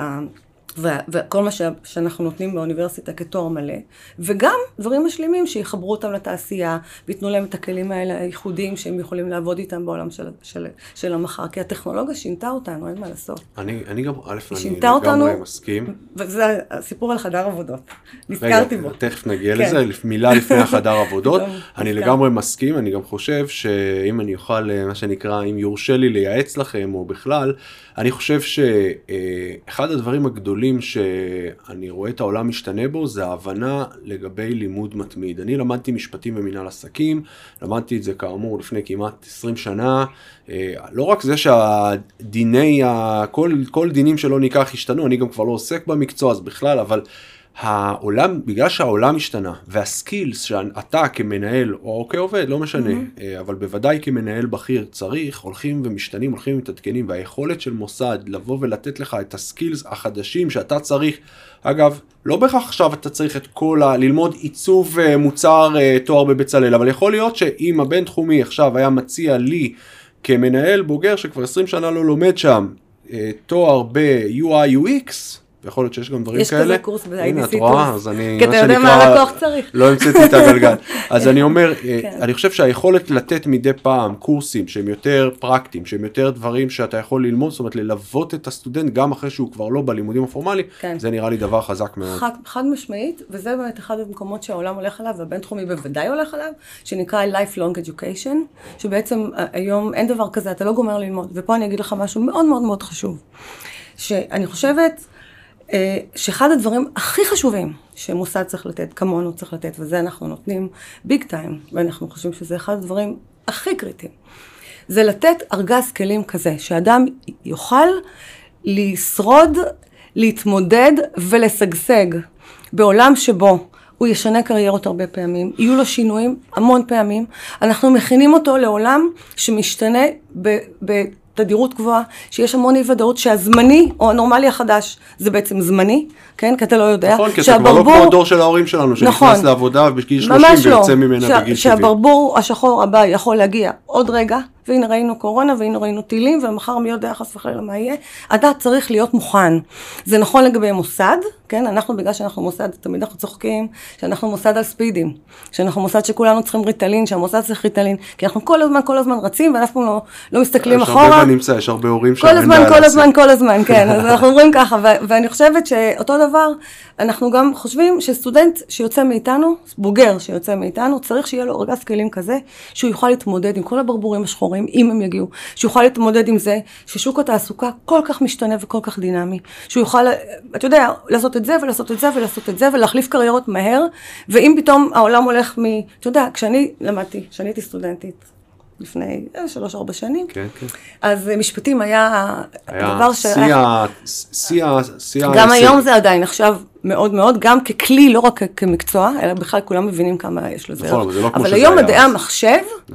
וכל מה שאנחנו נותנים באוניברסיטה כתואר מלא, וגם דברים משלימים שיחברו אותם לתעשייה, ויתנו להם את הכלים האלה הייחודיים שהם יכולים לעבוד איתם בעולם של, של, של המחר, כי הטכנולוגיה שינתה אותנו, אין מה לעשות. אני, אני גם, א', אני לגמרי מסכים. וזה הסיפור על חדר עבודות. נזכרתי בו. רגע, תכף נגיע כן. לזה, מילה לפני החדר עבודות. אני לגמרי מסכים, אני גם חושב שאם אני אוכל, מה שנקרא, אם יורשה לי לייעץ לכם, או בכלל, אני חושב שאחד הדברים הגדולים שאני רואה את העולם משתנה בו, זה ההבנה לגבי לימוד מתמיד. אני למדתי משפטים במנהל עסקים, למדתי את זה כאמור לפני כמעט עשרים שנה, לא רק זה שהדיני, כל, כל דינים שלא ניקח השתנו, אני גם כבר לא עוסק במקצוע, אז בכלל, אבל העולם, בגלל שהעולם השתנה, והסקילס שאתה כמנהל או כעובד, לא משנה, mm-hmm. אבל בוודאי כמנהל בכיר צריך, הולכים ומשתנים, הולכים ומתעדכנים, והיכולת של מוסד לבוא ולתת לך את הסקילס החדשים שאתה צריך, אגב, לא בהכרח עכשיו אתה צריך את כל ה... ללמוד עיצוב מוצר תואר בבצלאל, אבל יכול להיות שאם הבן תחומי עכשיו היה מציע לי כמנהל בוגר שכבר עשרים שנה לא לומד שם, תואר ב-יו איי יו אקס, ויכול להיות שיש גם דברים יש כאלה. יש כזה קורס ב-איי די סי Tools. הנה, את רואה, אז אני... כי אתה יודע מה הלקוח צריך. לא המצאתי את הגלגל. אז אני אומר, אני חושב שהיכולת לתת מדי פעם קורסים שהם יותר פרקטיים, שהם יותר דברים שאתה יכול ללמוד, זאת אומרת, ללוות את הסטודנט גם אחרי שהוא כבר לא בלימודים הפורמליים, זה נראה לי דבר חזק מאוד. חד משמעית, וזה באמת אחד המקומות שהעולם הולך עליו, והבין תחומי בוודאי הולך עליו, שנקרא lifelong education, שבעצם היום אין דבר כזה, אתה לא גומר ללמוד. ופה אני אגיד לך משהו מאוד מאוד מאוד חשוב, שאני חושבת שאחד הדברים הכי חשובים שמוסד צריך לתת, כמונו צריך לתת, וזה אנחנו נותנים ביג טיים, ואנחנו חושבים שזה אחד הדברים הכי קריטיים, זה לתת ארגז כלים כזה, שאדם יוכל לשרוד, להתמודד ולסגסג בעולם שבו הוא ישנה קריירות הרבה פעמים, יהיו לו שינויים המון פעמים, אנחנו מכינים אותו לעולם שמשתנה ב... ב תדירות גבוהה, שיש המון אי ודאות שהזמני או הנורמלי החדש זה בעצם זמני, כן? כי אתה לא יודע. נכון, כי אתה כבר לא כמו הדור של ההורים שלנו, שנכנס לעבודה בגיל שלושים ויוצא ממנה בגיל שבעים. שהברבור השחור הבא יכול להגיע עוד רגע, והנה ראינו קורונה, והנה ראינו טילים, ומחר מי יודע חס וחלילה מה יהיה. אתה צריך להיות מוכן. זה נכון לגבי מוסד, כן? אנחנו, בגלל שאנחנו מוסד, תמיד אנחנו צוחקים, שאנחנו מוסד על ספידים, שאנחנו מוסד שכולנו צריכים ריטלין, שהמוסד צריך ריטלין, כי אנחנו כל הזמן, כל הזמן רצים, ואנחנו לא, לא מסתכלים אחורה. יש הרבה נמצא, יש הרבה הורים כל הזמן, כל הזמן, כל הזמן, כן. אז אנחנו אומרים ככה, ואני חושבת שאותו דבר, אנחנו גם חושבים שסטודנט שיוצא מאיתנו, בוגר שיוצא מאיתנו, צריך שיהיה לו ארגז כלים כזה, שהוא יוכל להתמודד עם כל הברבורים השחורים, אם הם יגיעו, שהוא יוכל להתמודד עם זה, ששוק התעסוקה כל כך משתנה וכל כך דינמי, שהוא יוכל, אתה יודע, לעשות את זה ולעשות את זה ולעשות את זה, ולהחליף קריירות מהר, ואם פתאום העולם הולך מ... אתה יודע, כשאני למדתי, כשאני הייתי סטודנטית, לפני שלוש ארבע שנים, כן, כן. אז משפטים היה דבר ש... היה שיא, שיא... גם היום זה עדיין עכשיו מאוד מאוד, גם ככלי, לא רק כמקצוע, אלא בכלל כולם מבינים כמה יש לזה. נכון, אבל זה לא כמו אבל שזה היום היה. מדעי המחשב, נכון.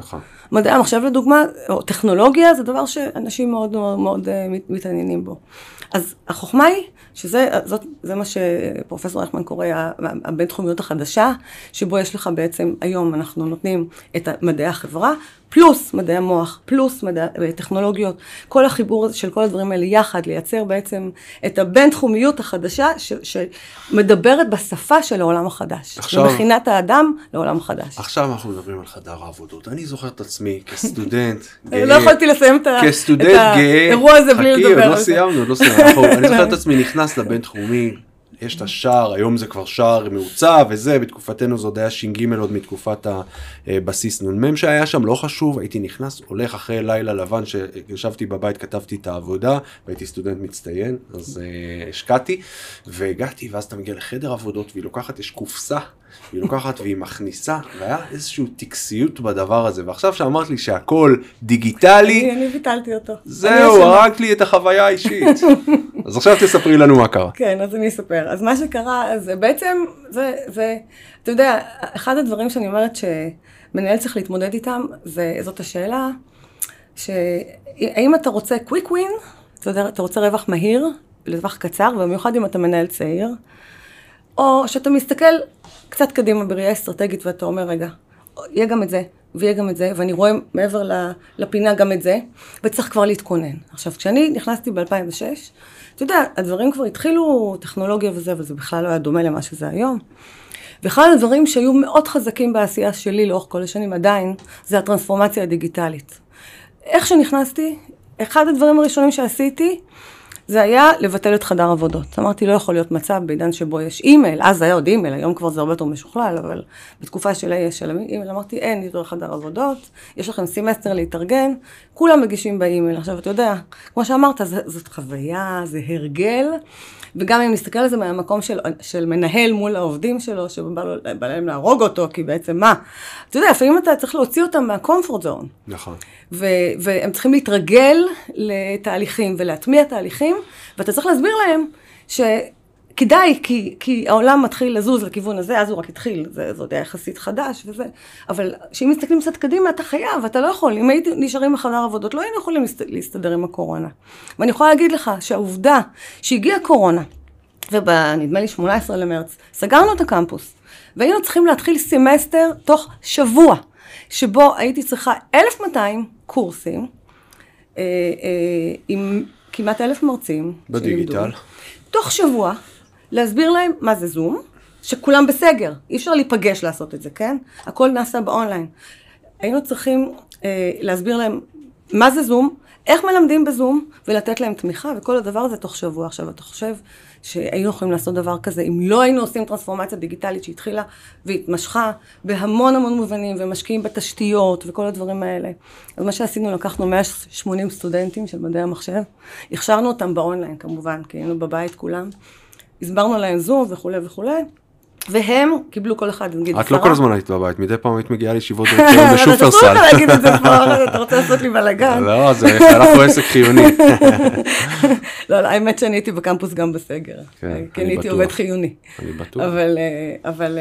מדעי המחשב לדוגמה, או טכנולוגיה, זה דבר שאנשים מאוד מאוד, מאוד מתעניינים בו. אז החוכמה היא, שזה זאת, זה מה שפרופסור רייכמן קורא הבינתחומיות החדשה, שבו יש לך בעצם, היום אנחנו נותנים את מדעי החברה, פלוס מדעי המוח, פלוס מדעי טכנולוגיות, כל החיבור של כל הדברים האלה יחד, לייצר בעצם את הבינתחומיות החדשה, ש, שמדברת בשפה של העולם החדש. עכשיו, ומכינת האדם לעולם החדש. עכשיו אנחנו מדברים על חדר העבודות. אני זוכר את עצמי כסטודנט גאה. לא יכולתי לסיים את האירוע הזה בלי לדבר על זה. חכי, עוד לא סיימנו, עוד לא סיימנו. אני זוכר את עצמי נכנס לבינתחומי, יש את השער, היום זה כבר שער מעוצב וזה, בתקופתנו זה עוד היה שינג' עוד מתקופת הבסיס נ"מ שהיה שם, לא חשוב, הייתי נכנס, הולך אחרי לילה לבן שישבתי בבית, כתבתי את העבודה, והייתי סטודנט מצטיין, אז uh, השקעתי, והגעתי, ואז אתה מגיע לחדר עבודות, והיא לוקחת, יש קופסה, היא לוקחת והיא מכניסה, והיה איזושהי טקסיות בדבר הזה, ועכשיו שאמרת לי שהכל דיגיטלי, אני ביטלתי אותו. זהו, הרג לי את החוויה האישית. אז עכשיו תספרי לנו מה קרה. כן, אז אני אספר. אז מה שקרה, אז בעצם, זה, זה, אתה יודע, אחד הדברים שאני אומרת שמנהל צריך להתמודד איתם, זה, זאת השאלה, שהאם אתה רוצה קוויק ווין, אתה יודע, אתה רוצה רווח מהיר, לטווח קצר, ובמיוחד אם אתה מנהל צעיר, או שאתה מסתכל קצת קדימה בראייה אסטרטגית, ואתה אומר, רגע, יהיה גם את זה, ויהיה גם את זה, ואני רואה מעבר לפינה גם את זה, וצריך כבר להתכונן. עכשיו, כשאני נכנסתי ב-אלפיים ושש, אתה יודע, הדברים כבר התחילו, טכנולוגיה וזה, וזה בכלל לא היה דומה למה שזה היום. ואחד הדברים שהיו מאוד חזקים בעשייה שלי לאורך כל השנים עדיין, זה הטרנספורמציה הדיגיטלית. איך שנכנסתי, אחד הדברים הראשונים שעשיתי, זה היה לבטל את חדר עבודות. אמרתי, לא יכול להיות מצב בעידן שבו יש אימייל, אז היה עוד אימייל, היום כבר זה הרבה יותר משוכלל, אבל בתקופה שלי של אימייל, אמרתי, אין יותר חדר עבודות, יש לכם סמסטר להתארגן, כולם מגישים באימייל. עכשיו, אתה יודע, כמו שאמרת, זאת חוויה, זה הרגל, וגם אם נסתכל על זה מהמקום של, של מנהל מול העובדים שלו, שבא להם להרוג אותו, כי בעצם מה? אתה יודע, לפעמים אתה צריך להוציא אותם מהקומפורט זון. נכון. ו- והם צריכים להתרגל לתהליכים ולהטמיע תהליכים, ואתה צריך להסביר להם שכדאי, כי, כי העולם מתחיל לזוז לכיוון הזה, אז הוא רק התחיל, זה, זה עוד היה יחסית חדש וזה, אבל שאם מסתכלים קצת קדימה, אתה חייב, אתה לא יכול, אם הייתי נשארים בחדר עבודות, לא היינו יכולים להסתדר עם הקורונה. ואני יכולה להגיד לך שהעובדה שהגיעה קורונה, ובנדמה לי שמונה עשרה למרץ, סגרנו את הקמפוס, והיינו צריכים להתחיל סמסטר תוך שבוע, שבו הייתי צריכה אלף ומאתיים קורסים, אה, אה, עם כמעט אלף מרצים. בדיגיטל. שלימדו, תוך שבוע, להסביר להם מה זה זום, שכולם בסגר, אי אפשר להיפגש לעשות את זה, כן? הכל נעשה באונליין. היינו צריכים אה, להסביר להם מה זה זום, איך מלמדים בזום, ולתת להם תמיכה, וכל הדבר הזה תוך שבוע. עכשיו, אתה חושב שהיינו יכולים לעשות דבר כזה, אם לא היינו עושים טרנספורמציה דיגיטלית שהתחילה והתמשכה בהמון המון מובנים, ומשקיעים בתשתיות וכל הדברים האלה. אז מה שעשינו, לקחנו מאה ושמונים סטודנטים של מדעי המחשב, הכשרנו אותם באונליין כמובן, כי היינו בבית כולם, הסברנו להם זום וכו' וכו', והם קיבלו כל אחד, נגיד, את לא כל הזמן היית בבית, מדי פעם היית מגיעה לישיבות דירקטוריון בשופרסל. אתה תסור לך להגיד את זה פה, אתה רוצה לעשות לי בלגן. לא, זה אנחנו עסק חיוני. לא, האמת שאני הייתי בקמפוס גם בסגר, כי אני הייתי עובד חיוני. אני בטוח. אבל,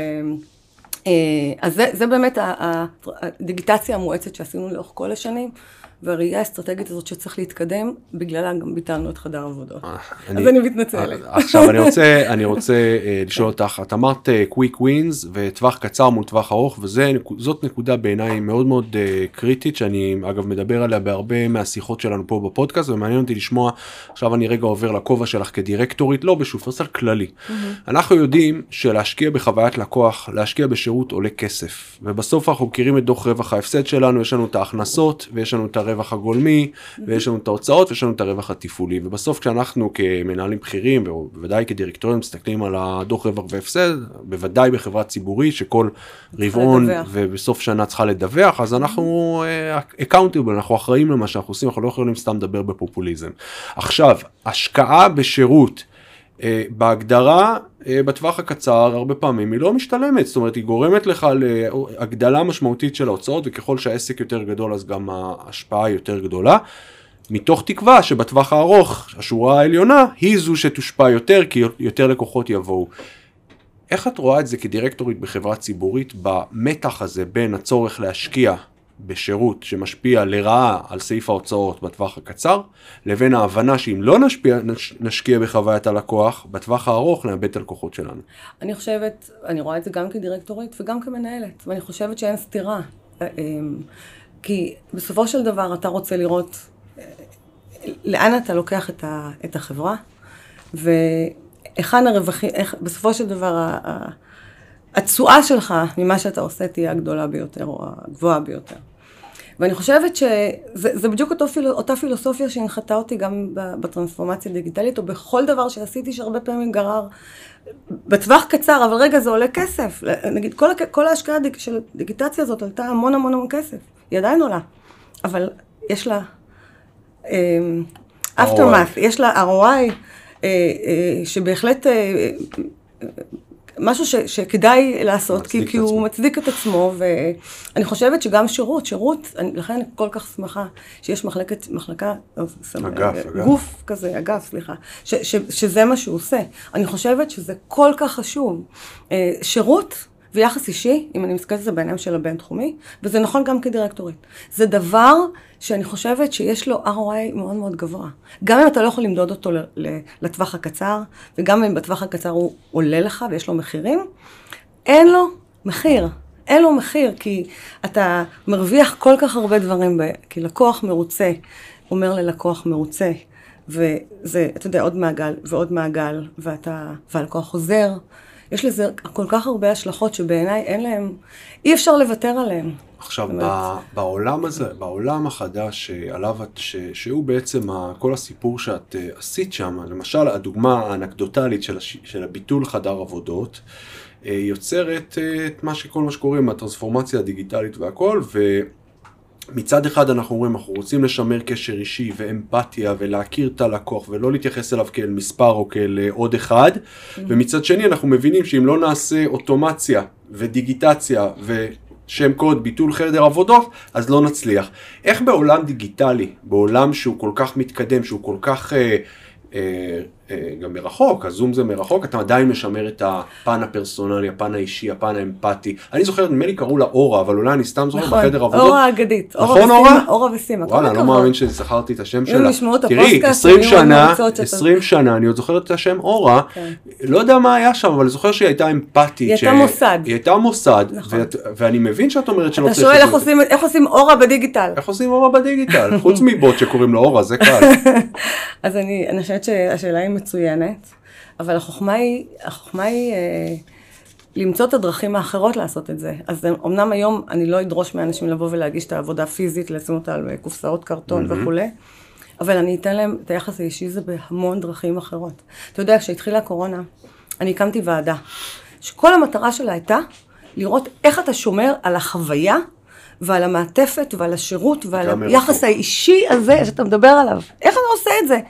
אז זה באמת הדיגיטציה המואצת שעשינו לאורך כל השנים, והראייה האסטרטגית הזאת שצריך להתקדם, בגללה גם ביטלנו את חדר העבודות. אז אני מתנצלת. עכשיו, אני רוצה, אני רוצה לשאול אותך, את אמרת קוויק ווינס וטווח קצר מול טווח ארוך, וזאת נקודה בעיניי מאוד מאוד קריטית, שאני אגב מדבר עליה בהרבה מהשיחות שלנו פה בפודקאסט, ומעניין אותי לשמוע, עכשיו אני רגע עובר לכובע שלך כדירקטורית, לא בשופרסל, כללי. אנחנו יודעים שלהשקיע בחוויית לקוח, להשקיע בשירות עולה כסף, ובסוף אנחנו מכירים את דוח רווח ההפסד שלנו, יש לנו את ההכנסות, ויש לנו את הרווח הגולמי, ויש לנו את ההוצאות, ויש לנו את הרווח התפעולי. ובסוף כשאנחנו כמנהלים בכירים, ובוודאי כדירקטורים, מסתכלים על הדוח רווח והפסד, בוודאי בחברה ציבורית, שכל רבעון ובסוף שנה צריכה לדווח, אז אנחנו accountable, אנחנו אחראים למה שאנחנו עושים, אנחנו לא יכולים סתם לדבר בפופוליזם. עכשיו, השקעה בשירות, בהגדרה, בטווח הקצר, הרבה פעמים היא לא משתלמת, זאת אומרת, היא גורמת לך להגדלה משמעותית של ההוצאות, וככל שהעסק יותר גדול, אז גם ההשפעה יותר גדולה, מתוך תקווה שבטווח הארוך, השורה העליונה, היא זו שתושפע יותר, כי יותר לקוחות יבואו. איך את רואה את זה כדירקטורית בחברה ציבורית, במתח הזה בין הצורך להשקיע בשירות שמשפיע לרעה על סעיף ההוצאות בטווח הקצר, לבין ההבנה שאם לא נשפיע, נשקיע בחוויית הלקוח, בטווח הארוך נאבד את הלקוחות שלנו. אני חושבת, אני רואה את זה גם כדירקטורית וגם כמנהלת, ואני חושבת שאין סתירה. כי בסופו של דבר אתה רוצה לראות לאן אתה לוקח את, ה, את החברה, והיכן הרווחים, בסופו של דבר התשואה שלך ממה שאתה עושה תהיה הגדולה ביותר או הגבוהה ביותר. ואני חושבת שזה בדיוק אותו, אותה פילוסופיה שהנחתה אותי גם בטרנספורמציה דיגיטלית, או בכל דבר שעשיתי שהרבה פעמים גרר בטווח קצר, אבל רגע זה עולה כסף. נגיד, כל, כל ההשקעה של הדיגיטציה הזאת עלתה המון המון המון כסף. היא עדיין עולה, אבל יש לה aftermath, יש לה אר או איי, שבהחלט משהו ש, שכדאי לעשות, כי, כי הוא מצדיק את עצמו, ואני חושבת שגם שירות, שירות, אני, לכן אני כל כך שמחה שיש מחלקת, מחלקה, אגף, גוף אגף. כזה, אגף, סליחה, ש, ש, שזה מה שהוא עושה. אני חושבת שזה כל כך חשוב. שירות ויחס אישי, אם אני מסתכלת את זה בעיניים של הבן תחומי, וזה נכון גם כדירקטורית. זה דבר שאני חושבת שיש לו אר או איי מאוד מאוד גבוה. גם אם אתה לא יכול למדוד אותו לטווח הקצר, וגם אם בטווח הקצר הוא עולה לך ויש לו מחירים, אין לו מחיר. אין לו מחיר, כי אתה מרוויח כל כך הרבה דברים, כי לקוח מרוצה, אומר ללקוח מרוצה, וזה, אתה יודע, עוד מעגל ועוד מעגל, ואתה, והלקוח חוזר. יש לזה כל כך הרבה השלכות שבעיניי אין להם, אי אפשר לוותר עליהם. עכשיו, בעולם הזה, בעולם החדש עליו, שהוא בעצם כל הסיפור שאת עשית שם, למשל, הדוגמה האנקדוטלית של הביטול חדר עבודות, יוצרת את מה שכל מה שקוראים, הטרנספורמציה הדיגיטלית והכל, ומצד אחד אנחנו אומרים, אנחנו רוצים לשמר קשר אישי ואמפתיה ולהכיר את הלקוח ולא להתייחס אליו כאל מספר או כאל עוד אחד, ומצד שני אנחנו מבינים שאם לא נעשה אוטומציה ודיגיטציה ושם קוד ביטול חדר עבודות, אז לא נצליח. איך בעולם דיגיטלי, בעולם שהוא כל כך מתקדם, שהוא כל כך אה, אה, אה, גם מרחוק, הזום זה מרחוק, אתה עדיין משמר את הפן הפרסונלי, הפן האישי, הפן האמפתי. אני זוכר, נדמה לי קראו לה אורה, אבל אולי אני סתם זוכר נכון, בחדר עבודות. אורה אגדית. נכון אורה? אורה וסימה. וואלה, אני לא מאמין שזכרתי את השם שלה. אם נשמעו את תראי, עשרים שנה, עשרים שנה, אני עוד זוכרת את השם אורה, כן. לא יודע מה היה שם, אבל אני זוכר שהיא הייתה אמפתית. היא הייתה מוסד. היא הייתה מוסד, נכון. ואת, ואני מבין שאת אומרת שלא צריך... אתה שואל איך עושים, איך עושים אורה בדיגיטל. איך עושים אורה בדיגיטל? חוץ מבוט שקוראים לו אורה, זה קל. אז אני, אני חושבת שהשאלה היא מצוינת. אבל החוכמה היא, החוכמה היא אה, למצוא את הדרכים האחרות לעשות את זה. אז אמנם היום אני לא אדרוש מאנשים לבוא ולהגיש את העבודה פיזית, לשים אותה על קופסאות קרטון mm-hmm. וכו', אבל אני אתן להם את היחס האישי זה בהמון דרכים אחרות. אתה יודע, כשהתחילה הקורונה, אני הקמתי ועדה, שכל המטרה שלה הייתה לראות איך אתה שומר על החוויה, ועל המעטפת ועל השירות ועל היחס האישי הזה שאתה מדבר עליו. איך אתה עושה את זה?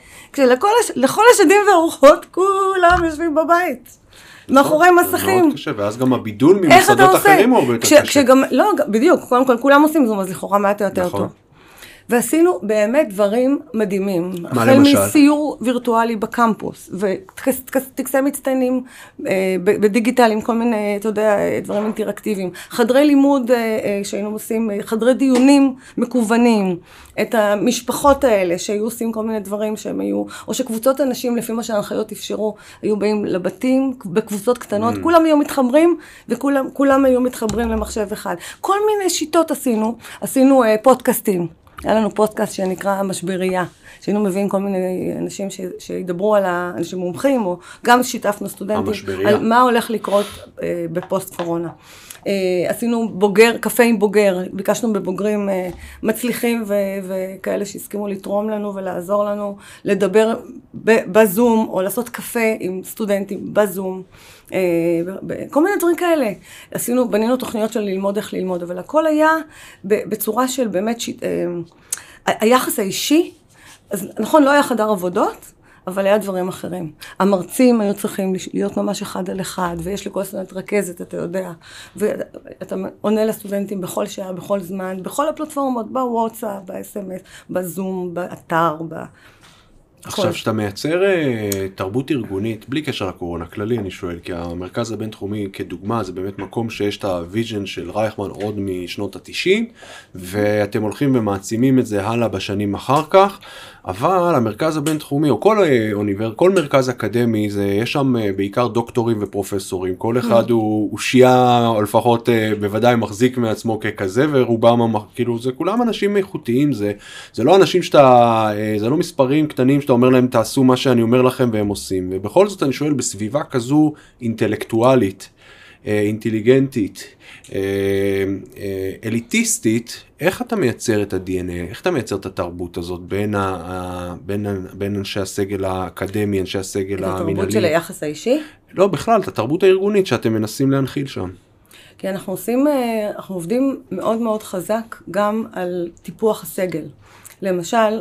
כשלכל השדים והרוחות כולם יושבים בבית, מאחורי מסכים. מאוד קשה, ואז גם הבידול ממסעדות אחרים הוא הרבה יותר קשה. כשגם, לא, בדיוק, קודם כל כולם עושים זום, אז לכאורה מעט יותר טוב. ועשינו באמת דברים מדהימים. מה למשל? החל מסיור וירטואלי בקמפוס, וטקסי מצטיינים בדיגיטלים, כל מיני, אתה יודע, דברים אינטראקטיביים. חדרי לימוד שהיינו עושים, חדרי דיונים מקוונים. את המשפחות האלה שהיו עושים כל מיני דברים שהם היו, או שקבוצות אנשים, לפי מה שההנחיות אפשרו, היו באים לבתים בקבוצות קטנות, mm. כולם היו מתחברים, וכולם כולם היו מתחברים למחשב אחד. כל מיני שיטות עשינו, עשינו uh, פודקאסטים. היה לנו פודקאסט שנקרא המשברייה, שהיינו מביאים כל מיני אנשים ש, שידברו על האנשים מומחים, או גם שיתפנו סטודנטים, המשברייה. על מה הולך לקרות uh, בפוסט קורונה. Uh, עשינו בוגר, קפה עם בוגר, ביקשנו בבוגרים uh, מצליחים ו- וכאלה שהסכימו לתרום לנו ולעזור לנו, לדבר ב- בזום, או לעשות קפה עם סטודנטים בזום, uh, ב- כל מיני דברים כאלה. עשינו, בנינו תוכניות של ללמוד איך ללמוד, אבל הכל היה בצורה של באמת, ש- uh, היחס האישי, אז נכון, לא היה חדר עבודות, אבל היה דברים אחרים. המרצים היו צריכים להיות ממש אחד על אחד, ויש לכל סטודנט רכזת, אתה יודע, ואתה עונה לסטודנטים בכל שעה, בכל זמן, בכל הפלטפורמות, בוואטסאפ, ב-אס אם אס, בזום, באתר, ב... עכשיו, שאתה מייצר תרבות ארגונית, בלי קשר לקורונה, כללי אני שואל, כי המרכז הבינתחומי כדוגמה, זה באמת מקום שיש את הוויז'ן של רייכמן עוד משנות ה-תשעים, ואתם הולכים ומעצימים את זה הלאה בשנים אחר כך, אבל המרכז הבינתחומי, או כל אוניברסיטה, כל מרכז אקדמי, זה, יש שם בעיקר דוקטורים ופרופסורים, כל אחד הוא, הוא שיעה, או לפחות בוודאי מחזיק מעצמו ככזה, ורובם, כאילו, זה כולם אנשים איכותיים, זה, זה לא אנשים שאתה, זה לא מספרים קטנים שאתה אומר להם, תעשו מה שאני אומר לכם, והם עושים. ובכל זאת אני שואל, בסביבה כזו אינטלקטואלית, אינטליגנטית, אליטיסטית, איך אתה מייצר את ה-די אן איי? איך אתה מייצר את התרבות הזאת בין, ה, בין, בין אנשי הסגל האקדמי, אנשי הסגל המנהלי? את התרבות של היחס האישי? לא, בכלל, את התרבות הארגונית שאתם מנסים להנחיל שם. כי אנחנו עושים, אנחנו עובדים מאוד מאוד חזק גם על טיפוח הסגל. למשל,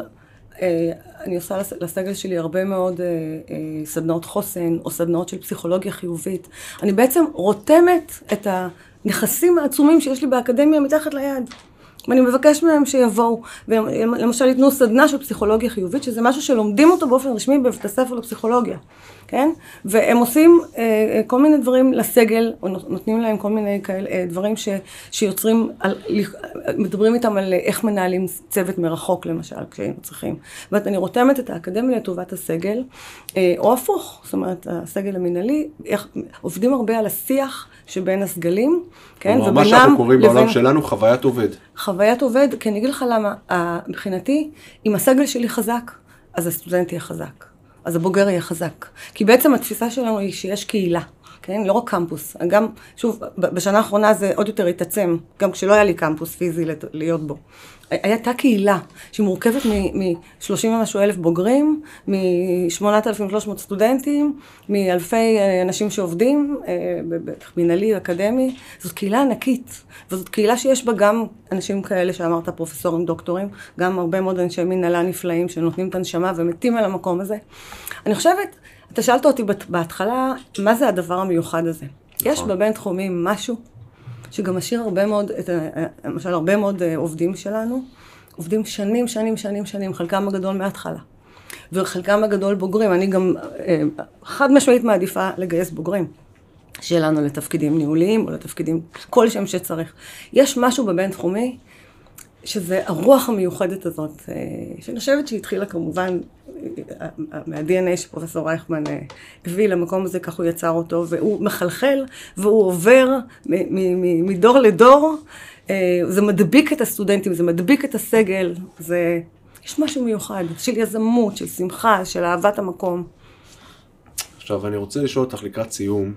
אני עושה לסגל שלי הרבה מאוד סדנאות חוסן, או סדנאות של פסיכולוגיה חיובית. אני בעצם רותמת את הנכסים העצומים שיש לי באקדמיה מתחת ליד. ואני מבקש מהם שיבואו, ולמשל ייתנו סדנה של פסיכולוגיה חיובית, שזה משהו שלומדים אותו באופן רשמי בבית הספר לפסיכולוגיה, כן? והם עושים אה, כל מיני דברים לסגל, או נותנים להם כל מיני כאלה אה, דברים ש, שיוצרים, על, מדברים איתם על איך מנהלים צוות מרחוק למשל, כשהיינו צריכים. ואני רותמת את האקדמיה לטובת הסגל, אה, או הפוך, זאת אומרת, הסגל המנהלי, איך, עובדים הרבה על השיח שבין הסגלים, כן? ובינם, מה שאנחנו קוראים לבין... בעולם שלנו, חוויית עובד. חוויית עובד, כי אני אגיד לך למה, מבחינתי, אם הסגל שלי חזק, אז הסטודנט יהיה חזק, אז הבוגר יהיה חזק. כי בעצם התפיסה שלנו היא שיש קהילה, כן? לא רק קמפוס. גם, שוב, בשנה האחרונה זה עוד יותר התעצם, גם כשלא היה לי קמפוס פיזי להיות בו. הייתה קהילה שמורכבת מ-שלושים ומשהו אלף בוגרים, מ-שמונת אלפים ושלוש מאות סטודנטים, מאלפי אנשים שעובדים, מנהלי, אקדמי. זאת קהילה ענקית, וזאת קהילה שיש בה גם אנשים כאלה שאמרת, פרופסורים, דוקטורים, גם הרבה מאוד אנשי מנהלה נפלאים שנותנים את הנשמה ומתים על המקום הזה. אני חושבת, אתה שאלת אותי בהתחלה, מה זה הדבר המיוחד הזה? יש בבינתחומי משהו שגם משאיר הרבה מאוד, את, למשל, הרבה מאוד עובדים שלנו, עובדים שנים, שנים, שנים, שנים, חלקם הגדול מההתחלה. וחלקם הגדול בוגרים. אני גם חד משמעית מעדיפה לגייס בוגרים שלנו לתפקידים ניהוליים או לתפקידים כל שם שצריך. יש משהו בבינתחומי שזה הרוח המיוחדת הזאת, שאני חושבת שהתחילה כמובן מה-די אן איי שפרופסור רייכמן הביא למקום הזה, כך הוא יצר אותו, והוא מחלחל והוא עובר מדור לדור. זה מדביק את הסטודנטים, זה מדביק את הסגל, זה... יש משהו מיוחד של יזמות, של שמחה, של אהבת המקום. עכשיו, אני רוצה לשאול אותך לקראת סיום,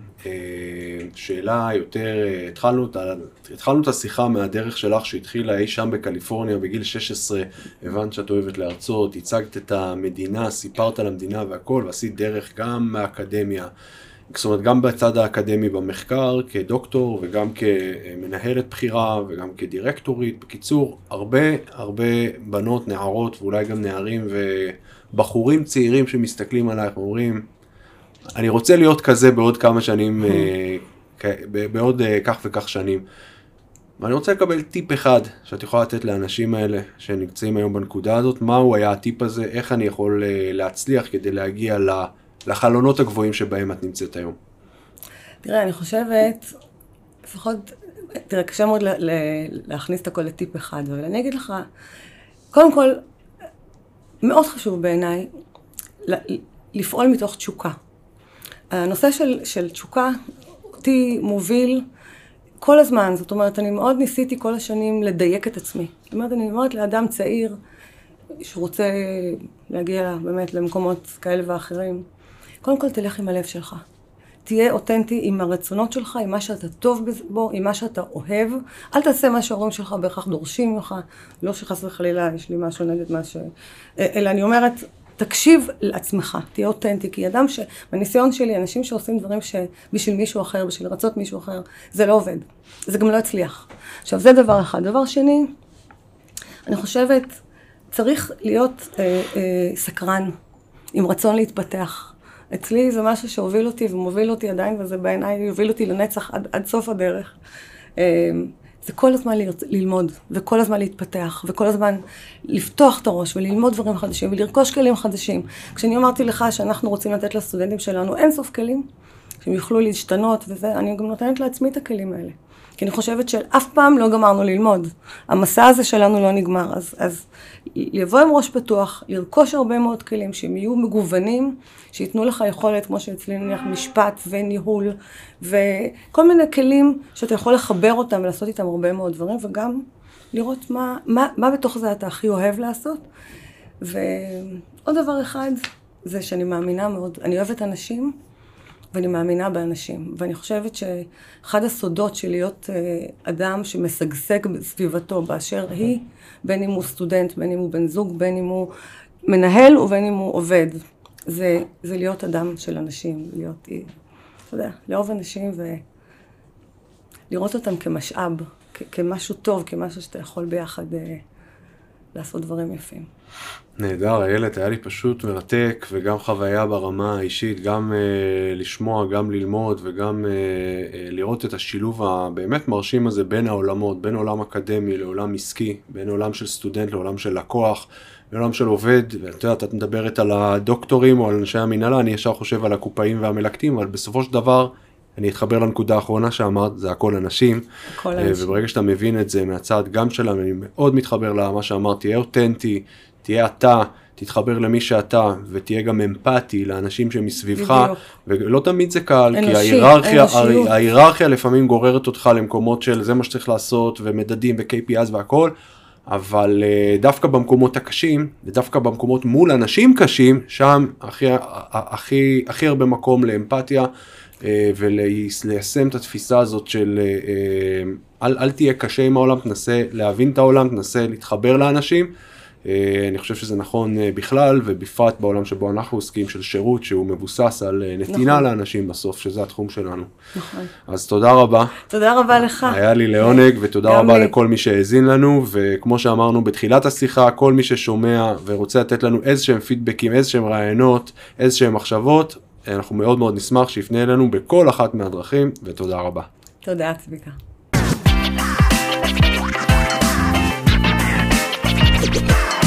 שאלה יותר, התחלנו את, התחלנו את השיחה מהדרך שלך שהתחילה אי שם בקליפורניה בגיל שש עשרה, הבנת שאת אוהבת לארצות, הצגת את המדינה, סיפרת על המדינה והכל, ועשית דרך גם מהאקדמיה, זאת אומרת, גם בצד האקדמי במחקר, כדוקטור וגם כמנהלת בחירה וגם כדירקטורית. בקיצור, הרבה, הרבה בנות, נערות ואולי גם נערים ובחורים צעירים שמסתכלים עלייך ואומרים, אני רוצה להיות כזה בעוד כמה שנים, בעוד כך וכך שנים. ואני רוצה לקבל טיפ אחד שאת יכולה לתת לאנשים האלה שנמצאים היום בנקודה הזאת, מהו היה הטיפ הזה, איך אני יכול להצליח כדי להגיע לחלונות הגבוהים שבהם את נמצאת היום. תראה, אני חושבת, לפחות, תראה, קשה מאוד להכניס את הכל לטיפ אחד, אבל אני אגיד לך, קודם כל, מאוד חשוב בעיניי לפעול מתוך תשוקה. הנושא של, של תשוקה אותי מוביל כל הזמן, זאת אומרת, אני מאוד ניסיתי כל השנים לדייק את עצמי. זאת אומרת, אני אומרת לאדם צעיר שרוצה להגיע באמת למקומות כאלה ואחרים, קודם כל תלך עם הלב שלך. תהיה אותנטי עם הרצונות שלך, עם מה שאתה טוב בו, עם מה שאתה אוהב. אל תעשה מה שההורים שלך בהכרח דורשים ממך, לא שחס וחלילה יש לי משהו נגד מה ש... אלא אני אומרת, תקשיב לעצמך, תהיה אותנטי, כי אדם ש... בניסיון שלי, אנשים שעושים דברים שבשביל מישהו אחר, בשביל רצות מישהו אחר, זה לא עובד. זה גם לא הצליח. עכשיו, זה דבר אחד. דבר שני, אני חושבת, צריך להיות אה, אה, סקרן, עם רצון להתפתח. אצלי זה משהו שהוביל אותי ומוביל אותי עדיין, וזה בעיניי יוביל אותי לנצח עד, עד סוף הדרך. אה, זה כל הזמן ללמוד, וכל הזמן להתפתח, וכל הזמן לפתוח את הראש, וללמוד דברים חדשים, ולרכוש כלים חדשים. כשאני אמרתי לך שאנחנו רוצים לתת לסטודנטים שלנו אין סוף כלים, שהם יוכלו להשתנות, וזה, אני גם נותנת לעצמי את הכלים האלה. כי אני חושבת שאף פעם לא גמרנו ללמוד. המסע הזה שלנו לא נגמר. אז, אז לבוא עם ראש פתוח, לרכוש הרבה מאוד כלים, שהם יהיו מגוונים, שיתנו לך יכולת, כמו שאצלי נניח משפט וניהול, וכל מיני כלים שאתה יכול לחבר אותם ולעשות איתם הרבה מאוד דברים, וגם לראות מה, מה, מה בתוך זה אתה הכי אוהב לעשות. ועוד דבר אחד, זה שאני מאמינה מאוד, אני אוהבת אנשים, ואני מאמינה באנשים. ואני חושבת שאחד הסודות של להיות אדם שמשגשג בסביבתו באשר היא, בין אם הוא סטודנט, בין אם הוא בן זוג, בין אם הוא מנהל ובין אם הוא עובד, זה, זה להיות אדם של אנשים, להיות, אתה יודע, לאהוב אנשים ולראות אותם כמשאב, כ- כמשהו טוב, כמשהו שאתה יכול ביחד לעשות דברים יפים. נהדר, איילת, היה לי פשוט מרתק, וגם חוויה ברמה האישית, גם אה, לשמוע, גם ללמוד, וגם אה, אה, לראות את השילוב הבאמת מרשים הזה בין העולמות, בין עולם אקדמי לעולם עסקי, בין עולם של סטודנט לעולם של לקוח, בעולם של עובד, ואתה יודע, את מדברת על הדוקטורים או על אנשי המנהלה, אני ישר חושב על הקופאים והמלקטים, אבל בסופו של דבר, אני אתחבר לנקודה האחרונה שאמרת, זה הכל אנשים, הכל אנשים. וברגע שאתה מבין את זה מהצד גם שלנו, אני מאוד מתחבר למה שאמרת, תהיה אותנטי, תהיה אתה, תתחבר למי שאתה, ותהיה גם אמפתי לאנשים שמסביבך, ולא תמיד זה קל, אנושי, כי ההיררכיה, אנושיות. ההיררכיה לפעמים גוררת אותך למקומות של זה מה שצריך לעשות, ומדדים ו-קיי פי איז והכל, אבל דווקא במקומות הקשים, ודווקא במקומות מול אנשים קשים, שם הכי, הכי, הכי הרבה מקום לאמפתיה, וליישם את התפיסה הזאת של אל, אל תהיה קשה עם העולם, תנסה להבין את העולם, תנסה להתחבר לאנשים. אני חושב שזה נכון בכלל, ובפרט בעולם שבו אנחנו עוסקים של שירות, שהוא מבוסס על נתינה נכון. לאנשים בסוף, שזה התחום שלנו. נכון. אז תודה רבה. תודה רבה לך. היה לי לעונג, ותודה רבה לי. לכל מי שהאזין לנו, וכמו שאמרנו בתחילת השיחה, כל מי ששומע ורוצה לתת לנו איזשהם פידבקים, איזשהם רעיונות, איזשהם מחשבות, אנחנו מאוד מאוד נשמח שיפנה אלינו בכל אחת מהדרכים, ותודה רבה. תודה, צביקה. We'll be right back.